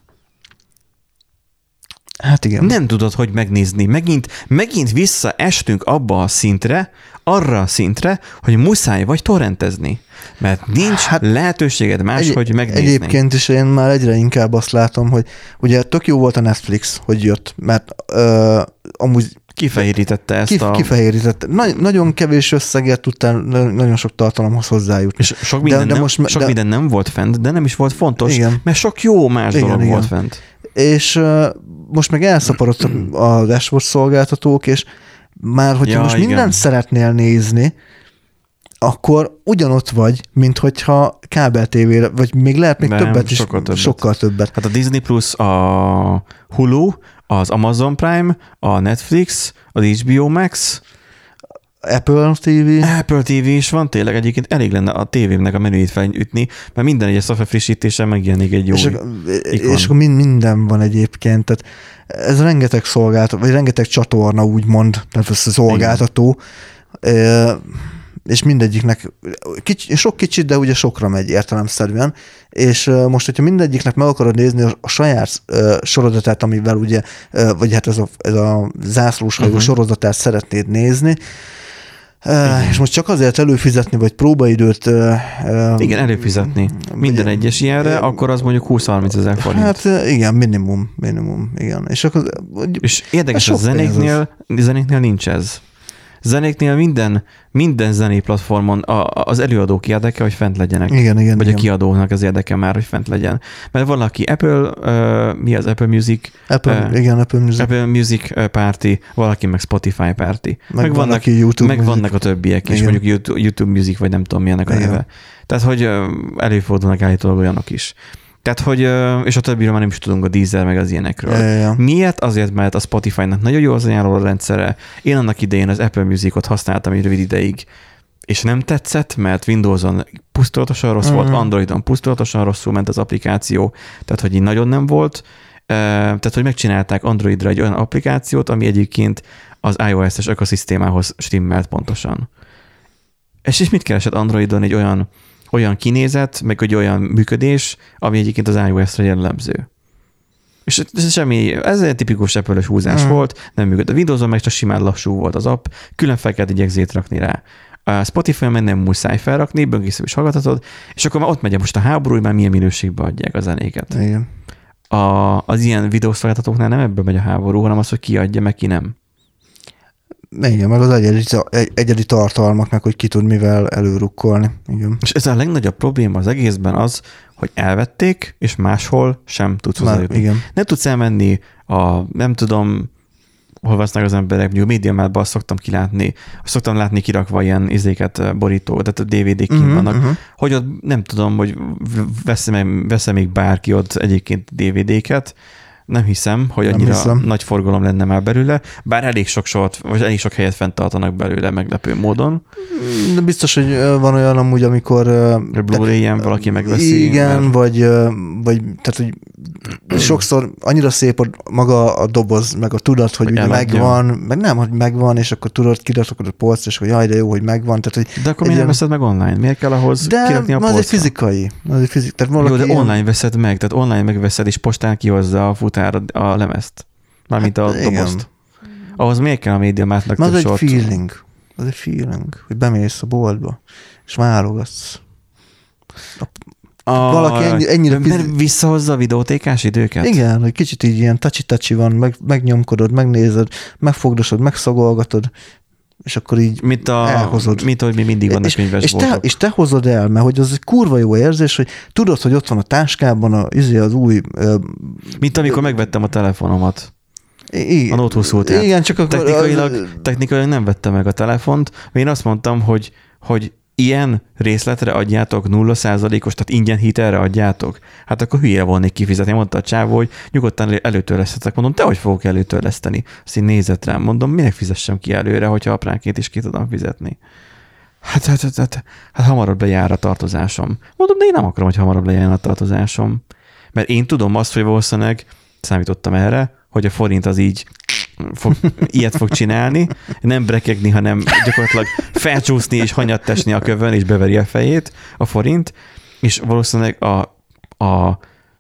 Hát igen. Nem tudod, hogy megnézni. Megint visszaestünk abba a szintre, arra a szintre, hogy muszáj vagy torrentezni. Mert nincs lehetőséged hogy megnézni. Egyébként is én már egyre inkább azt látom, hogy ugye tök jó volt a Netflix, hogy jött, mert amúgy kifehérítette ezt Kifehérítette. Nagyon kevés összegért tudtál nagyon sok tartalomhoz hozzájutni. És sok minden nem volt fent, de nem is volt fontos, igen. Mert sok jó más dolog volt fent. És most meg elszaporodtak a dashboard szolgáltatók, és már hogyha most mindent szeretnél nézni, akkor ugyanott vagy, mint hogyha kábel tévére, vagy még lehet még többet is, sokkal többet. Hát a Disney Plus, a Hulu, az Amazon Prime, a Netflix, az HBO Max, Apple TV is van, tényleg egyébként elég lenne a tévémnek a menüjét felütni, mert minden egyes szoftver frissítéssel megjelenik egy jó és akkor minden van egyébként, tehát ez rengeteg szolgáltató, vagy rengeteg csatorna úgymond, tehát ez a szolgáltató, és mindegyiknek sok kicsit, de ugye sokra megy értelemszerűen, és most, hogyha mindegyiknek meg akarod nézni a saját sorozatát, amivel ugye, vagy hát ez a zászlóshajó sorozatát szeretnéd nézni, és most csak azért előfizetni, vagy próbaidőt... Igen, előfizetni. Minden egyes ilyenre, akkor az mondjuk 20-30 ezer forint. Hát igen, minimum, igen. És érdekes, a zenéknél nincs ez. Zenéknél minden zenei platformon az előadók érdeke, hogy fent legyenek. Igen, vagy a kiadónak az érdeke már, hogy fent legyen. Mert valaki mi az Apple Music? Apple Music párti, valaki meg Spotify párti. Meg vannak YouTube meg vannak a többiek is, mondjuk YouTube Music, vagy nem tudom milyenek a neve. Tehát, hogy előfordulnak állítólag olyanok is. Tehát, hogy, és a többiről már nem is tudunk, a Deezer meg az ilyenekről. Ja. Miért? Azért, mert a Spotify-nak nagyon jó az ajánló rendszere. Én annak idején az Apple Music-ot használtam egy rövid ideig. és nem tetszett, mert Windowson pusztulatosan rossz volt, Androidon pusztulatosan rosszul ment az applikáció, tehát hogy így nagyon nem volt, tehát hogy megcsinálták Androidra egy olyan applikációt, ami egyébként az iOS-es ökoszisztémához stimmelt pontosan. És mit keresett Androidon egy olyan kinézet, meg egy olyan működés, ami egyébként az iOS-re jellemző. És ez egy tipikus Apple-ös húzás volt, nem működött. A Windowson meg csak simán lassú volt az app, külön fel kellett egy exét rakni rá. A Spotify-on meg nem muszáj felrakni, böngésző is hallgathatod, és akkor már ott megy most a háború, hogy már milyen minőségbe adják a zenéket. Igen. Az ilyen videószolgáltatóknál nem ebből megy a háború, hanem az, hogy ki adja, meg ki nem. Igen, meg az egyedi tartalmaknak, hogy ki tud mivel előrukkolni. Igen. És ez a legnagyobb probléma az egészben az, hogy elvették, és máshol sem tudsz hozzájutni. Nem tudsz elmenni nem tudom, hol vesznek az emberek, mondjuk a MediaMarktban azt szoktam látni kirakva ilyen izéket, borító, tehát a DVD-k kint vannak, hogy ott nem tudom, hogy vesz-e még bárki ott egyébként DVD-ket, nem hiszem, hogy annyira nagy forgalom lenne már belőle, bár elég sok helyet fenntartanak belőle meglepő módon. De biztos, hogy van olyan amúgy, amikor... Blu-ray-en valaki megveszi. Igen, vagy tehát, hogy sokszor annyira szép maga a doboz, meg a tudat, hogy ugye megvan, meg nem, hogy megvan, és akkor tudod, kirakod a polcra, és hogy jaj, de jó, hogy megvan. Tehát, hogy de akkor miért nem veszed meg online? Miért kell ahhoz kirakni a polcra? De az egy fizikai. Tehát jó, de online veszed meg, tehát online megveszed, és postán kihozza a futár a lemezt. Mármint a dobozt. Ahhoz miért kell a MediaMarktnak több sort? Az egy feeling, hogy bemész a boltba, és válogatsz. Valaki ennyire... Mert visszahozza a videótékás időket? Igen, hogy kicsit így ilyen touchy van, megnyomkodod, megnézed, megfogdosod, megszagolgatod, és akkor így elhozod. Mint ahogy mi mindig vannak könyvesboltok. És te hozod el, mert hogy az egy kurva jó érzés, hogy tudod, hogy ott van a táskában az új... Mint amikor megvettem a telefonomat. A Note 20 Ultrát. Igen, csak akkor... Technikailag nem vettem meg a telefont, én azt mondtam, hogy ilyen részletre adjátok 0%-os, tehát ingyen hitelre adjátok? Hát akkor hülye volnék kifizetni. Mondta a csávó, hogy nyugodtan előtörlesztetek. Mondom, te hogy fogok előtörleszteni? Azt így nézett rám, mondom, minek fizessem ki előre, hogyha apránként is ki tudom fizetni? Hát hamarabb lejár a tartozásom. Mondom, de én nem akarom, hogy hamarabb lejár a tartozásom. Mert én tudom azt, hogy valószínűleg számítottam erre, hogy a forint az így ilyet fog csinálni, nem brekegni, hanem gyakorlatilag felcsúszni és hanyattesni a kövön, és beveri a fejét a forint, és valószínűleg a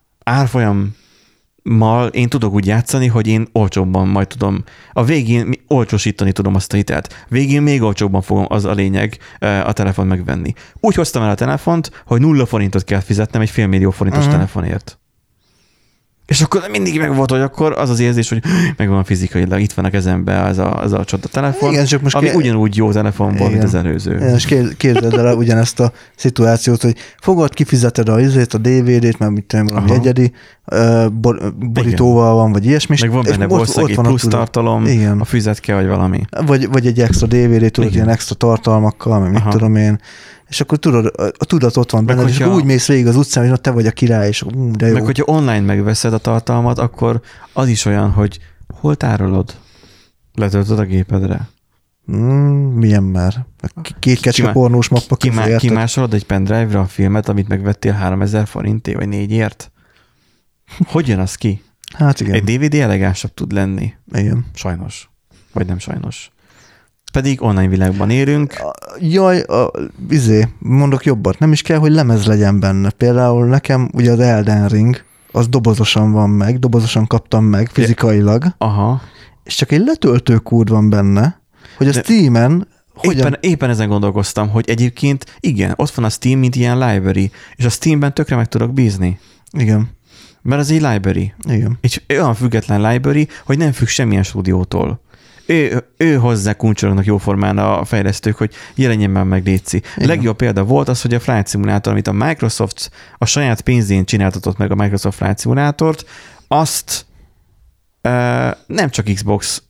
árfolyammal én tudok úgy játszani, hogy én olcsóbban majd tudom, a végén olcsósítani tudom azt a hitelt. Végén még olcsóbban fogom, az a lényeg, a telefon megvenni. Úgy hoztam el a telefont, hogy 0 forintot kell fizetnem egy $500 000 forintos telefonért. És akkor mindig megvolt, hogy akkor az érzés, hogy megvan fizikailag, itt van a kezemben az a csoda telefon, igen, csak most ami ugyanúgy jó telefon volt, mint az előző. Igen, és képzeld el ugyanezt a szituációt, hogy fogod, kifizeted a DVD-t, mert mit tudom, valami egyedi borítóval van, vagy ilyesmi. Meg van benne valószínűleg egy plusz tartalom, a füzetke, vagy valami. Vagy egy extra DVD, tudod, ilyen extra tartalmakkal, meg mit tudom én. És akkor tudod, a tudat ott van benned, és akkor úgy mész végig az utcán, hogy te vagy a király, és de jó. Meg hogyha online megveszed a tartalmat, akkor az is olyan, hogy hol tárolod? Letöltöd a gépedre? Milyen már? Két kecske pornós mappa közé. Kimásolod egy pendrive-ra a filmet, amit megvettél 3000 forintért, vagy 4-ért? Hogy jön az ki? Hát igen. Egy DVD elegánsabb tud lenni. Igen. Sajnos. Vagy nem sajnos. Pedig online világban élünk. Jaj, mondok jobbat, nem is kell, hogy lemez legyen benne. Például nekem ugye az Elden Ring, az dobozosan van meg, dobozosan kaptam meg fizikailag, és csak egy letöltőkód van benne, hogy a Steamen Éppen ezen gondolkoztam, hogy egyébként igen, ott van a Steam, mint ilyen library, és a Steamben tökre meg tudok bízni. Igen. Mert az egy library. Igen. Egy olyan független library, hogy nem függ semmilyen stúdiótól. Ő hozzá kuncsorognak jóformán a fejlesztők, hogy jelenjen már meg, létszi. Legjobb példa volt az, hogy a Flight Simulator, amit a Microsoft a saját pénzén csináltatott meg a Microsoft Flight Simulatort, azt nem csak Xbox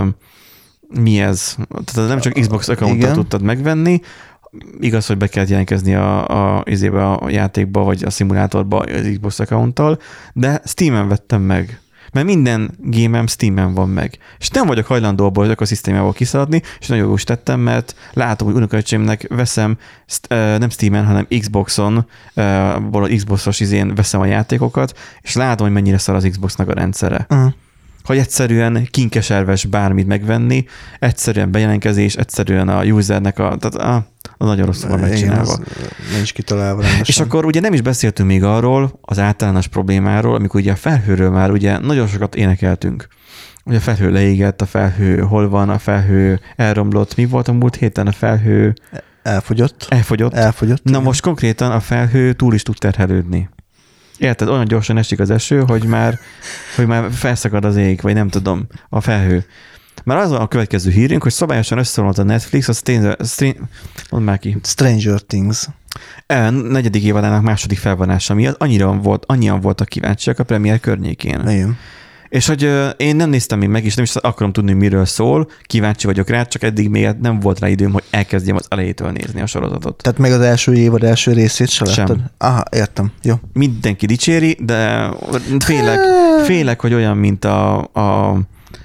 mi ez? Tehát nem csak Xbox account-tal tudtad megvenni, igaz, hogy be kellett jelentkezni a játékba, vagy a szimulátorba az Xbox account-tal, de Steamen vettem meg. Mert minden gémem Steamen van meg. És nem vagyok hajlandó abból az ökoszisztémából kiszaladni, és nagyon jól is tettem, mert látom, hogy unokaöcsémnek veszem, nem Steamen, hanem Xboxon, Xboxos izén veszem a játékokat, és látom, hogy mennyire szar az Xboxnak a rendszere. Uh-huh. Hogy egyszerűen kinkeserves bármit megvenni, egyszerűen bejelentkezés, egyszerűen a usernek a nagyon rosszul van megcsinálva. Nincs kitalálva rendesen. És akkor ugye nem is beszéltünk még arról, az általános problémáról, amikor ugye a felhőről már ugye nagyon sokat énekeltünk. Ugye a felhő leégett, a felhő hol van, a felhő elromlott. Mi volt a múlt héten a felhő? Elfogyott. Na igen. Most konkrétan a felhő túl is tud terhelődni. Érted? Olyan gyorsan esik az eső, hogy már felszakad az ég, vagy nem tudom, a felhő. Már az van a következő hírünk, hogy szabályosan összevolt a Netflix, mondd már ki. Stranger Things. 4. évadának második felvonása miatt annyian voltak kíváncsiak a premier környékén. Igen. És hogy én nem néztem még meg, és nem is akarom tudni, miről szól, kíváncsi vagyok rá, csak eddig még nem volt rá időm, hogy elkezdjem az elejétől nézni a sorozatot. Tehát meg az első évad első részét se láttad? Aha, értem. Jó. Mindenki dicséri, de félek, hogy olyan, mint a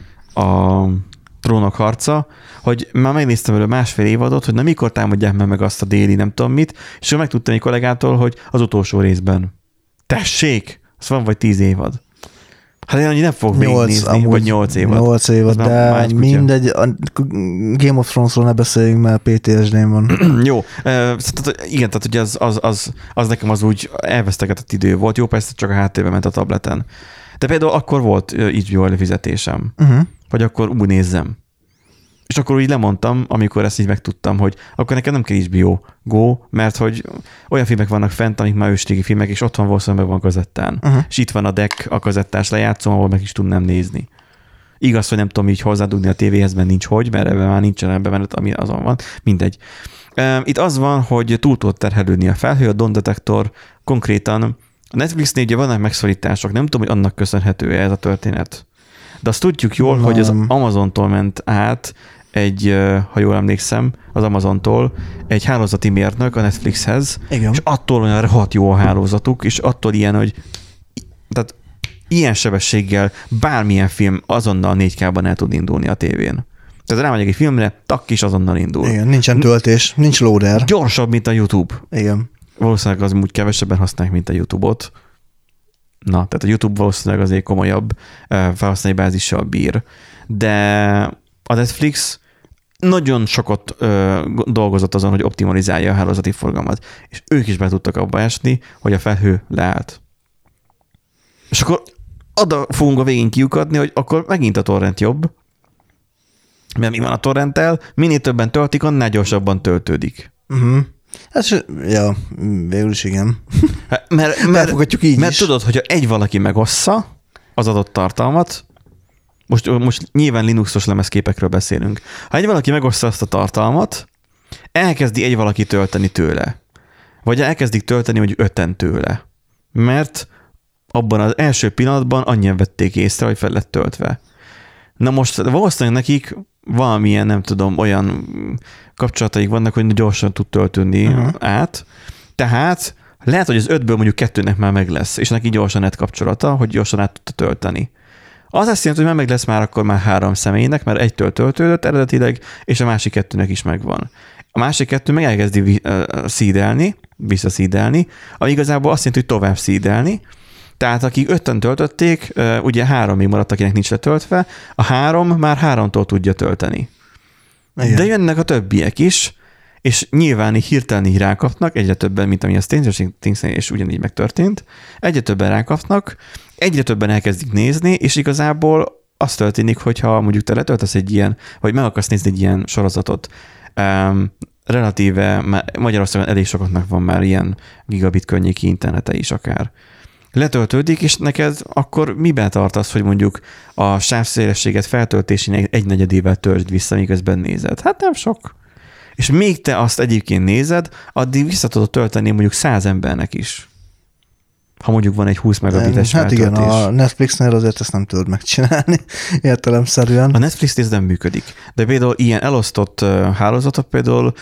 Trónok harca, hogy már megnéztem előbb 1,5 évadot, hogy na mikor támadják meg azt a déli nem tudom mit, és akkor megtudtam egy kollégától, hogy az utolsó részben. Tessék! Az van vagy 10 évad. Hát én annyi nem fogok végignézni, vagy 8 évad. 8 évad, de mindegy. A Game of Thronesról ne beszéljünk, mert PTSD-n van. Jó, igen, tehát ugye az nekem az úgy elvesztegetett idő volt. Jó, persze csak a háttérben ment a tableten. De például akkor volt HBO előfizetésem, vagy akkor úgy nézzem. És akkor úgy lemondtam, amikor ezt így megtudtam, hogy akkor nekem nem kell HBO Go, mert hogy olyan filmek vannak fent, amik már ősrégi filmek, és ott van valószínűleg meg van kazettán. És itt van a deck, a kazettás lejátszom, ahol meg is tudnám nézni. Igaz, hogy nem tudom így hozzádugni a tévéhez, mert nincs hogy, mert ebben már nincsen bemenet, ami azon van. Mindegy. Itt az van, hogy túl tud terhelődni a felhő, a Dawn Detector konkrétan. A Netflixnél ugye vannak megszorítások, nem tudom, hogy annak köszönhető ez a történet. De azt tudjuk jól, hogy az Amazontól ment át egy, ha jól emlékszem, az Amazontól egy hálózati mérnök a Netflixhez, igen. És attól olyan rohadt jó a hálózatuk, és attól ilyen, hogy tehát ilyen sebességgel bármilyen film azonnal 4K-ban el tud indulni a tévén. Tehát rámegyek egy filmre, takk is azonnal indul. Igen, nincsen töltés, nincs loader. Gyorsabb, mint a YouTube. Igen. Valószínűleg az úgy kevesebben használják, mint a YouTube-ot. Na, tehát a YouTube valószínűleg azért komolyabb felhasználói bázissal bír. De a Netflix nagyon sokat dolgozott azon, hogy optimalizálja a hálózati forgalmat. És ők is be tudtak abba esni, hogy a felhő leállt. És akkor oda fogunk a végén kiukadni, hogy akkor megint a torrent jobb. Mert mi van a torrenttel? Minél többen töltik, annál gyorsabban töltődik. Hát, ja, végül is igen. Mert tudod, hogyha egy valaki megossza az adott tartalmat, most nyilván Linuxos lemezképekről beszélünk. Ha egy valaki megossza azt a tartalmat, elkezdi egy valaki tölteni tőle. Vagy elkezdik tölteni, hogy 5-en tőle. Mert abban az első pillanatban annyian vették észre, hogy fel lett töltve. Na most valószínűleg nekik valamilyen, nem tudom, olyan kapcsolataik vannak, hogy gyorsan tud töltődni át. Tehát lehet, hogy az 5-ből mondjuk 2-nek már meg lesz, és neki gyorsan net kapcsolata, hogy gyorsan át tudta tölteni. Az azt jelenti, hogy meg lesz már akkor már 3 személynek, mert 1-től töltődött eredetileg, és a másik 2-nek is megvan. A másik 2 meg elkezdi visszaszídelni, ami igazából azt jelenti, hogy tovább szídelni. Tehát akik 5-en töltötték, ugye 3 még maradt, akinek nincs letöltve, a 3 már 3-tól tudja tölteni. Igen. De jönnek a többiek is, és nyilván hirtelen így rákapnak, egyre többen, mint ami a Stranger Things-nél is ugyanígy megtörtént, egyre többen rákapnak, egyre többen elkezdik nézni, és igazából azt történik, hogyha mondjuk te letöltesz egy ilyen, vagy meg akarsz nézni egy ilyen sorozatot, relatíve Magyarországon elég sokaknak van már ilyen gigabit környéki internete is akár. Letöltődik, és neked akkor miben tartasz, hogy mondjuk a sávszélességet feltöltésének 1/4-ével töltsd vissza, miközben nézed? Hát nem sok. És még te azt egyébként nézed, addig vissza tudod tölteni mondjuk 100 embernek is. Ha mondjuk van egy 20 megabites feltöltés. Hát igen, a Netflixnél azért ezt nem tudod megcsinálni értelemszerűen. A Netflixnél ez nem működik. De például ilyen elosztott hálózatot például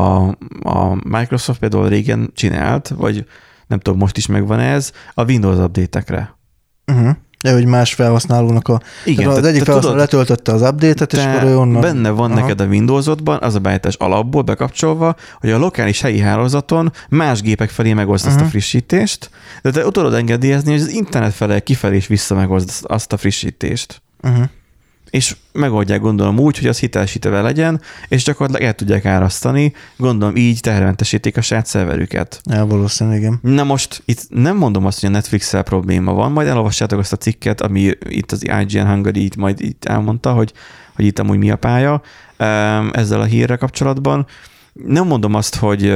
a Microsoft például régen csinált, vagy nem tudom, most is megvan ez, a Windows update-ekre. Ja, hogy más felhasználónak igen, az egyik felhasználó letöltötte az update-et, és akkor ő onnan... Benne van neked a Windowsodban az a beállítás alapból bekapcsolva, hogy a lokális helyi hálózaton más gépek felé megoszd azt a frissítést, de te tudod engedélyezni, hogy az internet felé kifelé is vissza megoszd azt a frissítést. És megoldják, gondolom úgy, hogy az hitelesítve legyen, és gyakorlatilag el tudják árasztani, gondolom így termentesítik a saját szerverüket. Ja, valószínűleg igen. Na most itt nem mondom azt, hogy a Netflix-szel probléma van, majd elolvassátok azt a cikket, ami itt az IGN Hungary majd itt elmondta, hogy itt amúgy mi a pálya ezzel a hírrel kapcsolatban. Nem mondom azt,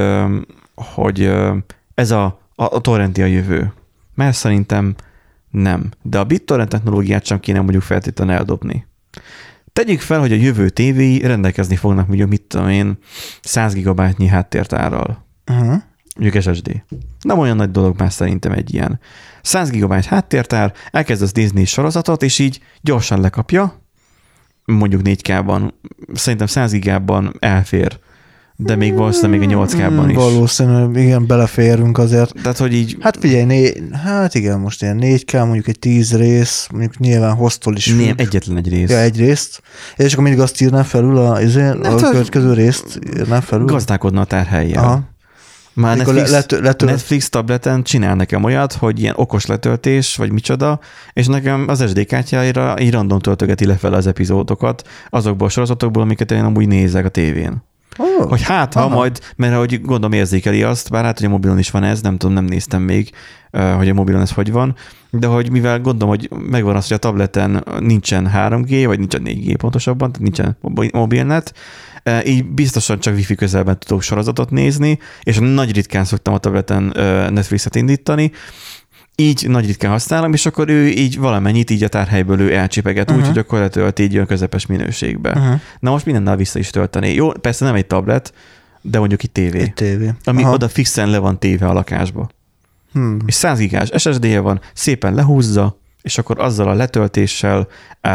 hogy ez a torrenti a jövő, mert szerintem nem. De a BitTorrent technológiát sem kéne mondjuk feltétlenül eldobni. Tegyük fel, hogy a jövő tévéi rendelkezni fognak mondjuk, mit tudom én, 100 GB-nyi háttértárral. Mondjuk SSD. Nem olyan nagy dolog már szerintem egy ilyen. 100 GB háttértár, elkezdesz nézni sorozatot, és így gyorsan lekapja, mondjuk 4K-ban. Szerintem 100 GB-ban elfér. De még valószínűleg még a 8K-ban is. Valószínűleg, igen, beleférünk azért. Tehát, hogy így... Hát figyelj, hát igen, most ilyen 4K, mondjuk egy 10 rész, mondjuk nyilván hoztól is. Nem, egyetlen egy rész. Ja, egy részt. És akkor mindig azt írná felül a következő részt írná felül. Gazdálkodna a tárhelyen. Már Netflix tableten csinál nekem olyat, hogy ilyen okos letöltés, vagy micsoda, és nekem az SD kártyáira így random töltögeti lefele az epizódokat azokból a sorozatokból, amiket én amúgy nézek a tévén. Hogy hát, ha majd, mert ahogy gondolom érzékeli azt, bár hát, hogy a mobilon is van ez, nem tudom, nem néztem még, hogy a mobilon ez hogy van, de hogy mivel gondolom, hogy megvan az, hogy a tableten nincsen 3G, vagy nincsen 4G pontosabban, tehát nincsen mobilnet, így biztosan csak wifi közelben tudok sorozatot nézni, és nagy ritkán szoktam a tableten Netflixet indítani, így nagy ritkán használom, és akkor ő így valamennyit így a tárhelyből ő elcsipeget, úgy, hogy akkor letölti így olyan közepes minőségbe. Na most mindennel vissza is tölteni. Jó, persze nem egy tablet, de mondjuk egy tévé. Egy tévé. Ami oda fixen le van téve a lakásba. És 100 gigás SSD-je van, szépen lehúzza, és akkor azzal a letöltéssel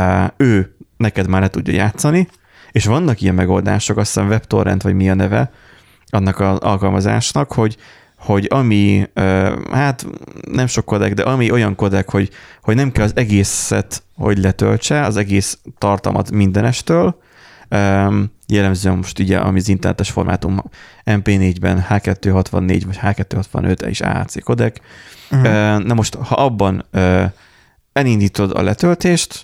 ő neked már le tudja játszani, és vannak ilyen megoldások, azt hiszem WebTorrent, vagy mi a neve annak az alkalmazásnak, hogy ami, hát nem sok kodek, de ami olyan kodek, hogy nem kell az egészet, hogy letöltse, az egész tartalmat mindenestől, jellemzően most ugye, ami az internetes formátum MP4-ben H264 vagy H265 és AAC kodek. Na most, ha abban elindítod a letöltést,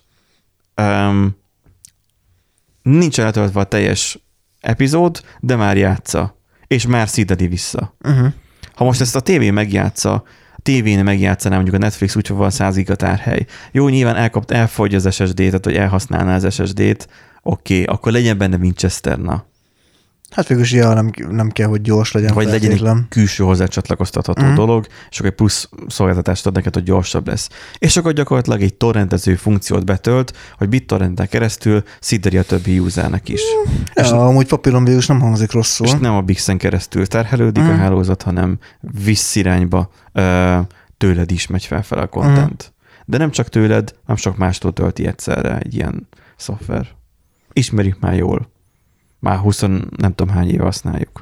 nincs letöltve a teljes epizód, de már játsza, és már szídeli vissza. Ha most ezt a tévén megjátszaná mondjuk a Netflix, úgyhogy van 100 giga tárhely. Jó, nyilván elfogy az SSD-t, tehát hogy elhasználná az SSD-t, oké, akkor legyen benne Winchester, na. Hát végülis nem kell, hogy gyors legyen. Vagy legyen egy külső hozzácsatlakoztatható dolog, és akkor egy plusz szolgáltatást ad neked, hogy gyorsabb lesz. És akkor gyakorlatilag egy torrentező funkciót betölt, hogy BitTorrenten keresztül szideri a többi usernek is. És amúgy papíron végülis nem hangzik rosszul. És nem a Bixen keresztül terhelődik a hálózat, hanem visszirányba tőled is megy felfele a content. De nem csak tőled, nem sok mástól tölti egyszerre egy ilyen szoftver. Ismerjük már jól. Már 20 nem tudom hány éve használjuk.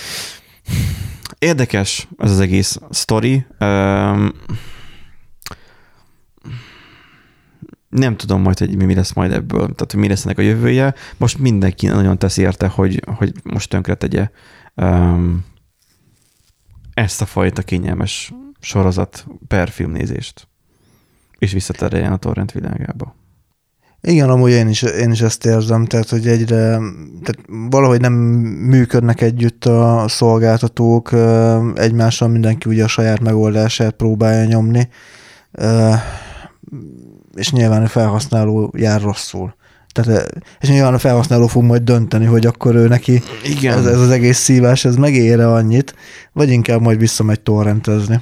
Érdekes ez az egész sztori. Nem tudom majd, hogy mi lesz majd ebből. Tehát, hogy mi lesz ennek a jövője. Most mindenki nagyon tesz érte, hogy most tönkre tegye ezt a fajta kényelmes sorozat per filmnézést. És visszatereljen a torrent világába. Igen, amúgy én is ezt érzem, tehát hogy tehát valahogy nem működnek együtt a szolgáltatók, egymással mindenki ugye a saját megoldását próbálja nyomni, és nyilván a felhasználó jár rosszul. És nyilván a felhasználó fog majd dönteni, hogy akkor ő neki ez az egész szívás, ez megér-e annyit, vagy inkább majd visszamegy torrentezni.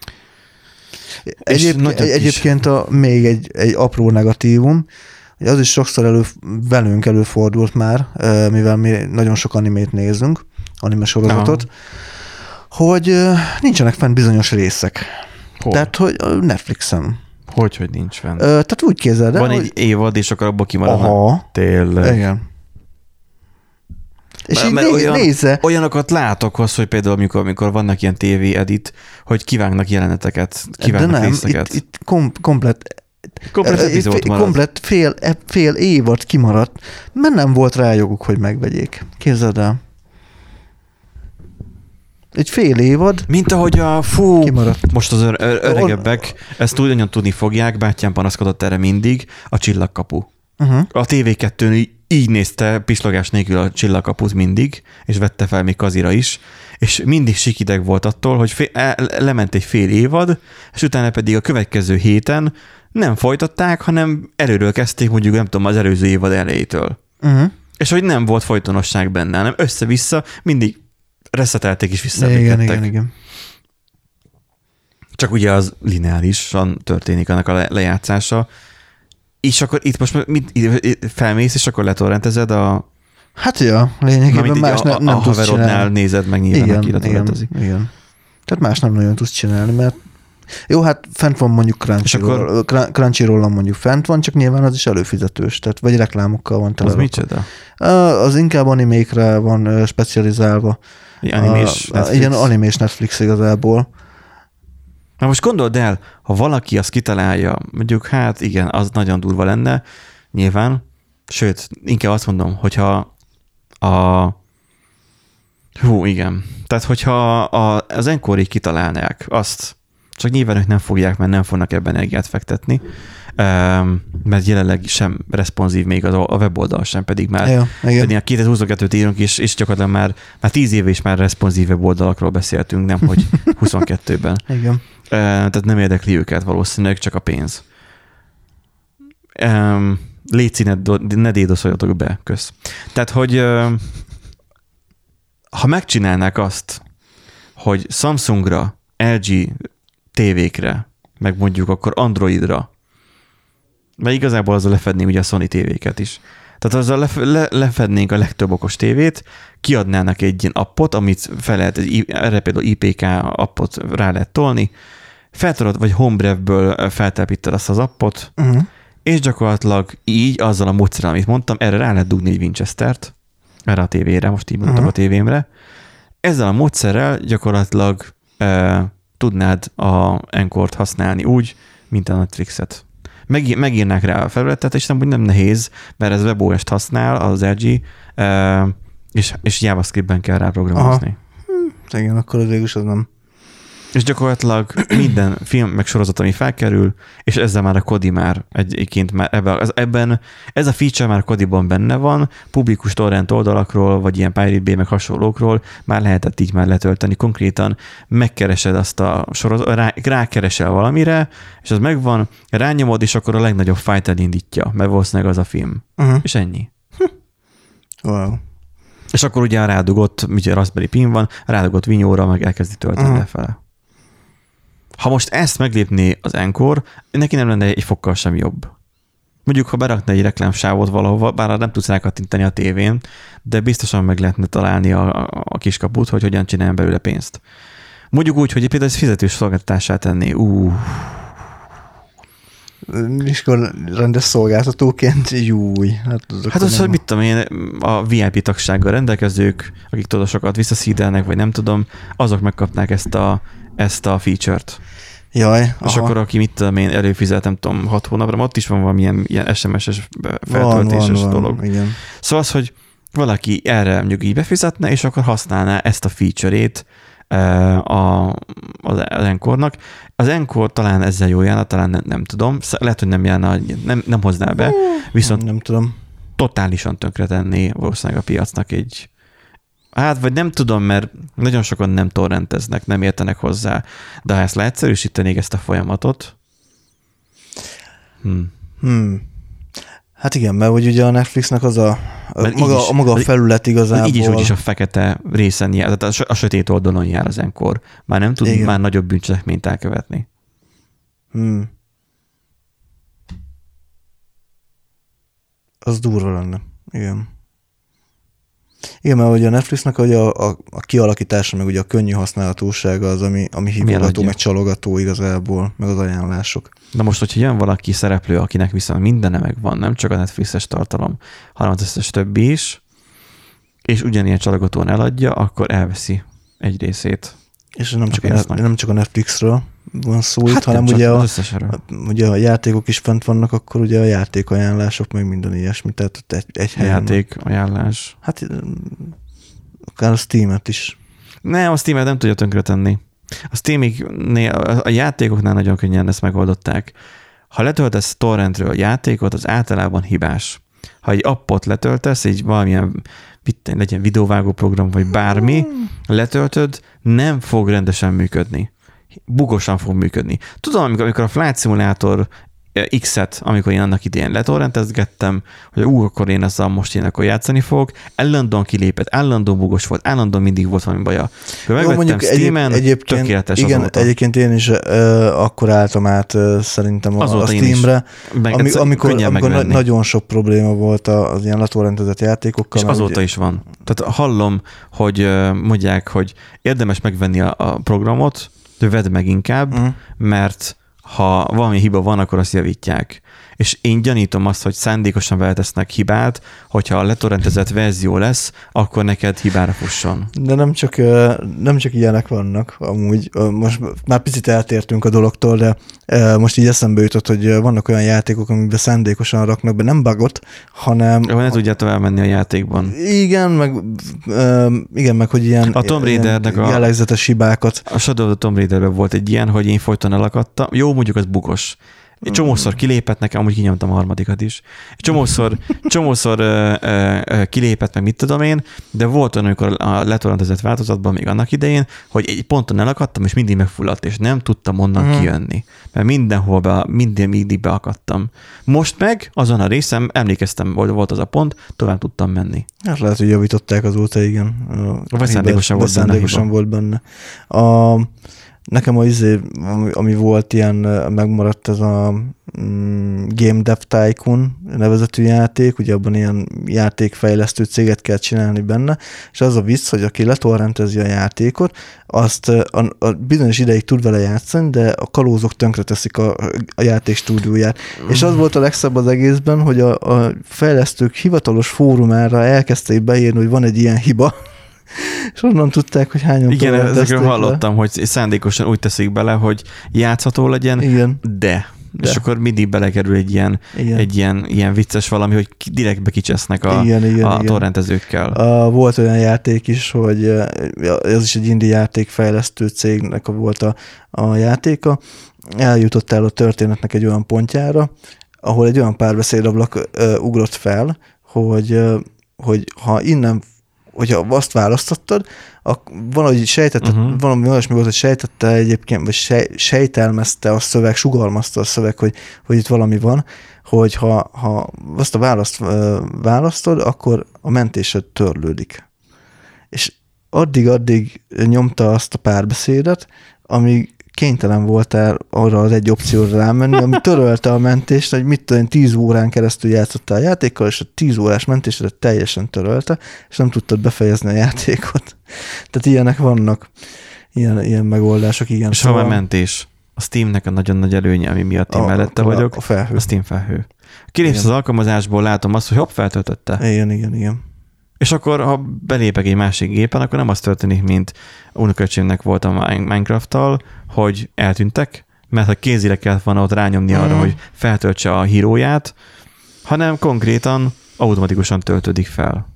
Egyébként még egy apró negatívum, az is sokszor velünk előfordult már, mivel mi nagyon sok animét nézünk, anime sorozatot, hogy nincsenek fenn bizonyos részek. Hol? Tehát, hogy Netflixen. Hogy nincs fenn? Tehát úgy képzeld el, van egy évad, és akkor abból kimaradnak. Tényleg. Igen. És nézze. Olyanokat látok hogy például amikor vannak ilyen TV edit, hogy kivágnak jeleneteket, kivágnak részeket. Itt komplet Komplet epizód maradt. Komplet fél évad kimaradt, mert nem volt rá joguk, hogy megvegyék. Képzeld el. Egy fél évad. Mint ahogy kimaradt. Most az öregebbek ezt ugyanúgy tudni fogják, bátyám panaszkodott erre mindig, a Csillagkapu. A TV2-n így nézte pislogás nélkül a Csillagkaput mindig, és vette fel még Kazira is, és mindig sikideg volt attól, hogy lement egy fél évad, és utána pedig a következő héten nem folytatták, hanem előről kezdték mondjuk, nem tudom, az előző évad elejétől. És hogy nem volt folytonosság benne, hanem össze-vissza mindig reszetelték és visszapikettek. Igen. Csak ugye az lineárisan történik annak a lejátszása. És akkor itt most felmész, és akkor letorrentezed a... Hát ja, lényegében más nem tudsz haverodnál nézed meg nyilván, aki letorrentezik. Igen. Tehát más nem nagyon tudsz csinálni, mert jó, hát fent van mondjuk Crunchyroll-on mondjuk fent van, csak nyilván az is előfizetős, tehát vagy reklámokkal van tele. Az micsoda? Az inkább animékre van specializálva. Igen, animés Netflix igazából. Na most gondold el, ha valaki azt kitalálja, mondjuk hát igen, az nagyon durva lenne, nyilván, sőt, inkább azt mondom, hogyha igen. Tehát, hogyha az Encore-ig kitalálnák azt, csak nyilván ők nem fogják, mert nem fognak ebben energiát fektetni, mert jelenleg sem responsív még a weboldal sem, pedig már pedig a 2022-t írunk, és gyakorlatilag már 10 éve is már responsív weboldalakról beszéltünk, nem hogy 22-ben. Igen. Tehát nem érdekli őket valószínűleg, csak a pénz. Léci, ne dédoszoljatok be, kösz. Tehát, hogy ha megcsinálnák azt, hogy Samsungra, LG tévékre, meg mondjuk akkor Androidra, mert igazából azzal lefedném ugye a Sony tévéket is. Tehát azzal lefednénk a legtöbb okos tévét, kiadnának egy ilyen appot, amit fel lehet, erre például IPK appot rá lehet tolni, feltolod, vagy Homebrewből feltelepíted azt az appot, és gyakorlatilag így, azzal a módszerrel, amit mondtam, erre rá lehet dugni egy Winchestert, erre a tévére, most így mondtam a tévémre. Ezzel a módszerrel gyakorlatilag tudnád a Encore-t használni úgy, mint a Netflixet. Megírnák rá a felületet, és nem nehéz, mert ez WebOS-t használ az LG, és JavaScript-ben kell rá programozni. Igen, akkor az végül az nem. És gyakorlatilag minden film meg sorozat, ami felkerül, és ezzel már a Kodi már egyébként már ebben ez a feature már a Kodiban benne van, publikus torrent oldalakról, vagy ilyen Pirate Bay meg hasonlókról már lehetett így már letölteni. Konkrétan megkeresed azt a sorozat, rákeresel valamire, és az megvan, rányomod, és akkor a legnagyobb fájt elindítja, mert valószínűleg az a film. És ennyi. Wow. És akkor ugye rádugott, ugye Raspberry Pi van, rádugott vinyóra, meg elkezdi tölteni lefele. Ha most ezt meglépné az Encore, neki nem lenne egy fokkal sem jobb. Mondjuk, ha berakna egy reklámsávot valahova, bár nem tudsz rákattintani a tévén, de biztosan meg lehetne találni a kiskaput, hogy hogyan csináljon belőle pénzt. Mondjuk úgy, hogy például ez fizetős szolgáltatását tenné. És akkor rendes szolgáltatóként, júj. Hát az, hogy mit tudom én, a VIP tagsággal rendelkezők, akik tudod sokat visszaszídelnek, vagy nem tudom, azok megkapnák ezt a feature-t. Jaj. És akkor aki mit tudom én előfizet, nem tudom, 6 hónapra, ott is van valamilyen ilyen SMS-es feltöltéses dolog. Igen. Szóval az, hogy valaki erre mondjuk így befizetne, és akkor használná ezt a feature-ét az Encore-nak. Az Encore talán ezzel jó járna, talán nem tudom. Lehet, hogy nem járna, nem hozná be, viszont nem tudom. Totálisan tönkretenné valószínűleg a piacnak egy. Hát, vagy nem tudom, mert nagyon sokan nem torrenteznek, nem értenek hozzá, de ha ezt leegyszerűsítenék ezt a folyamatot. Hát igen, mert ugye a Netflixnek az maga a felület igazából. Így is, úgy is a fekete részen jár, tehát a sötét oldalon jár az Encore. Már nem tud már nagyobb bűncselekményt elkövetni. Az durva lenne. Igen. Igen, mert ugye a Netflixnek ugye a kialakítása, meg ugye a könnyű használatúsága az, ami hívogató, meg csalogató igazából, meg az ajánlások. Na most, hogyha jön valaki szereplő, akinek viszont mindene megvan, nem csak a Netflixes tartalom, hanem az összes többi is, és ugyanilyen csalogatón eladja, akkor elveszi egy részét És nem csak a Netflixről van szó itt, hanem ugye a játékok is fent vannak, akkor ugye a játékajánlások, meg minden ilyesmi, tehát egy helyen. Játékajánlás. Hát akár a Steam-et is. Nem, a Steam-et nem tudja tönkretenni. A játékoknál nagyon könnyen ezt megoldották. Ha letöltesz torrentről játékot, az általában hibás. Ha egy appot letöltesz, egy valamilyen legyen videóvágó program, vagy bármi, letöltöd, nem fog rendesen működni. Bugosan fog működni. Tudom, amikor a Flight Simulator X-et, amikor én annak idején letorrentezgettem, hogy akkor én ezzel most akkor játszani fogok, állandóan kilépett, állandóan bugos volt, állandóan mindig volt valami baja. Megvettem Steamen, tökéletes igen, azóta. Egyébként én is akkor álltam át szerintem a Steamre, amikor nagyon sok probléma volt az ilyen letorrentezett játékokkal. És azóta is van. Tehát hallom, hogy mondják, hogy érdemes megvenni a programot, de vedd meg inkább, mert ha valami hiba van, akkor azt javítják. És én gyanítom azt, hogy szándékosan veletesznek hibát, hogyha a letorrentezett verzió lesz, akkor neked hibára fusson. De nem csak ilyenek vannak amúgy. Most már picit eltértünk a dologtól, de most így eszembe jutott, hogy vannak olyan játékok, amiben szándékosan raknak be nem bugot, hanem... Ne tudja tovább menni a játékban. Igen, meg hogy ilyen, a Tomb Raidernek ilyen jellegzetes hibákat. A Shadow of the Tomb Raiderben volt egy ilyen, hogy én folyton elakadtam. Jó, mondjuk az bugos. Egy csomószor kilépett nekem, amúgy kinyomtam a harmadikat is. Csomószor kilépett, meg mit tudom én, de volt olyan, amikor a letorrentezett változatban még annak idején, hogy egy ponton elakadtam, és mindig megfulladt, és nem tudtam onnan kijönni. Mert mindig beakadtam. Most meg azon a részem, emlékeztem, hogy volt az a pont, tovább tudtam menni. Hát lehet, hogy javították azóta, igen. Vagy szándékosan volt benne. Nekem ami volt ilyen, megmaradt ez a Game Dev Tycoon nevezetű játék, ugye abban ilyen játékfejlesztő céget kell csinálni benne, és az a vicc, hogy aki letorrentezi a játékot, azt a bizonyos ideig tud vele játszani, de a kalózok tönkreteszik a játék stúdióját. És az volt a legszebb az egészben, hogy a fejlesztők hivatalos fórumára elkezdték beírni, hogy van egy ilyen hiba, és onnan tudták, hogy hányan igen, ezekről hallottam, hogy szándékosan úgy teszik bele, hogy játszható legyen, igen. De. És akkor mindig belekerül egy ilyen vicces valami, hogy direktbe kicsesznek a torrentezőkkel. Volt olyan játék is, hogy ez is egy indie játékfejlesztő cégnek volt a játéka. Eljutottál a történetnek egy olyan pontjára, ahol egy olyan párbeszédablak ugrott fel, hogy ha innen hogyha azt választottad, valahogy sejtetted, valami olyasmi volt, hogy sejtette egyébként, vagy sejtelmezte a szöveg, sugalmazta a szöveg, hogy itt valami van, hogy ha azt a választ választod, akkor a mentésed törlődik. És addig nyomta azt a párbeszédet, amíg kénytelen voltál arra az egy opcióra rámenni, ami törölte a mentést, hogy mit tudom, 10 órán keresztül játszottál a játékkal, és a 10 órás mentésedet teljesen törölte, és nem tudtad befejezni a játékot. Tehát ilyenek vannak, ilyen megoldások, igen. És szóval... van mentés. A Steamnek a nagyon nagy előnye, ami miatt én mellette vagyok, a Steam felhő. Kilépsz az alkalmazásból, látom azt, hogy hopp, feltöltötte. Igen. És akkor, ha belépek egy másik gépen, akkor nem az történik, mint unoköcsémnek volt a Minecraft-tal, hogy eltűntek, mert ha kézileg kellett volna ott rányomni arra, hogy feltöltse a híróját, hanem konkrétan automatikusan töltődik fel.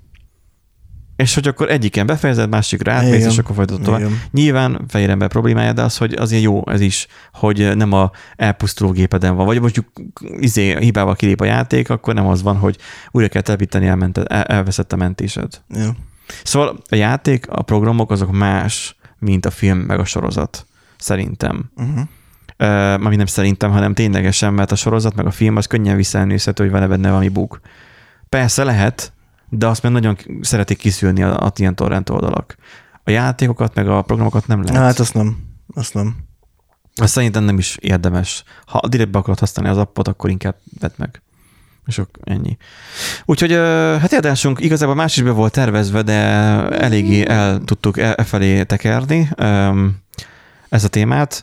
És hogy akkor egyiken befejezed, másikra átmész, és akkor folytatod tovább. Nyilván fehér ember problémája, de az, hogy azért jó ez is, hogy nem a elpusztuló gépeden van, vagy mondjuk hibával kilép a játék, akkor nem az van, hogy újra kell telepíteni, elveszett a mentésed. Ja. Szóval a játék, a programok azok más, mint a film meg a sorozat. Szerintem. Mármint nem szerintem, hanem ténylegesen, mert a sorozat meg a film az könnyen visszaellenőrizhető, hogy van-e benne valami bug. Persze lehet, de azt már nagyon szeretik kiszűrni a ilyen torrent oldalak. A játékokat meg a programokat nem lehet. Hát azt nem. Azt szerintem nem is érdemes. Ha direktbe akarod használni az appot, akkor inkább vedd meg. És ennyi. Úgyhogy hát érdásunk igazából más is be volt tervezve, de eléggé el tudtuk felé tekerni ezt a témát.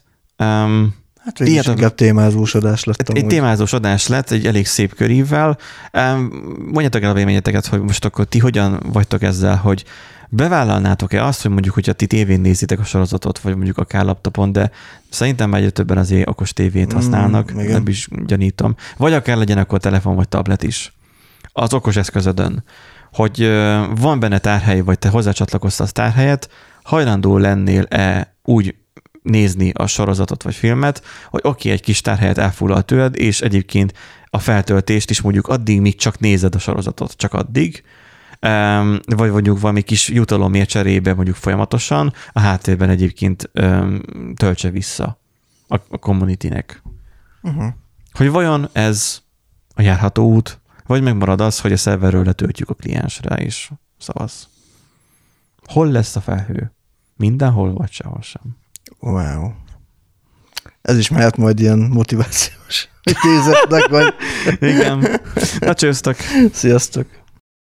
Hát végül is inkább témázós adás lett. Egy témázós adás lett, egy elég szép körívvel. Mondjátok el a véleményeteket, hogy most akkor ti hogyan vagytok ezzel, hogy bevállalnátok-e azt, hogy mondjuk, hogyha ti tévén nézitek a sorozatot, vagy mondjuk akár laptopon, de szerintem egyre többen azért okos tévét használnak, nem is gyanítom. Vagy akár legyen akkor telefon vagy tablet is. Az okos eszközödön. Hogy van benne tárhely, vagy te hozzácsatlakoztasz tárhelyet, hajlandó lennél-e úgy nézni a sorozatot vagy filmet, hogy oké, egy kis tárhelyet elfoglal tőled, és egyébként a feltöltést is mondjuk addig, míg csak nézed a sorozatot, csak addig, vagy mondjuk valami kis jutalomért cserébe mondjuk folyamatosan, a háttérben egyébként töltse vissza a communitynek. Hogy vajon ez a járható út, vagy megmarad az, hogy a szerverről letöltjük a kliensre, és szavaz. Hol lesz a felhő? Mindenhol, vagy sehol sem? Wow. Ez is mehet majd ilyen motivációs intézetnek, vagy... Igen. Na csőztök. Sziasztok.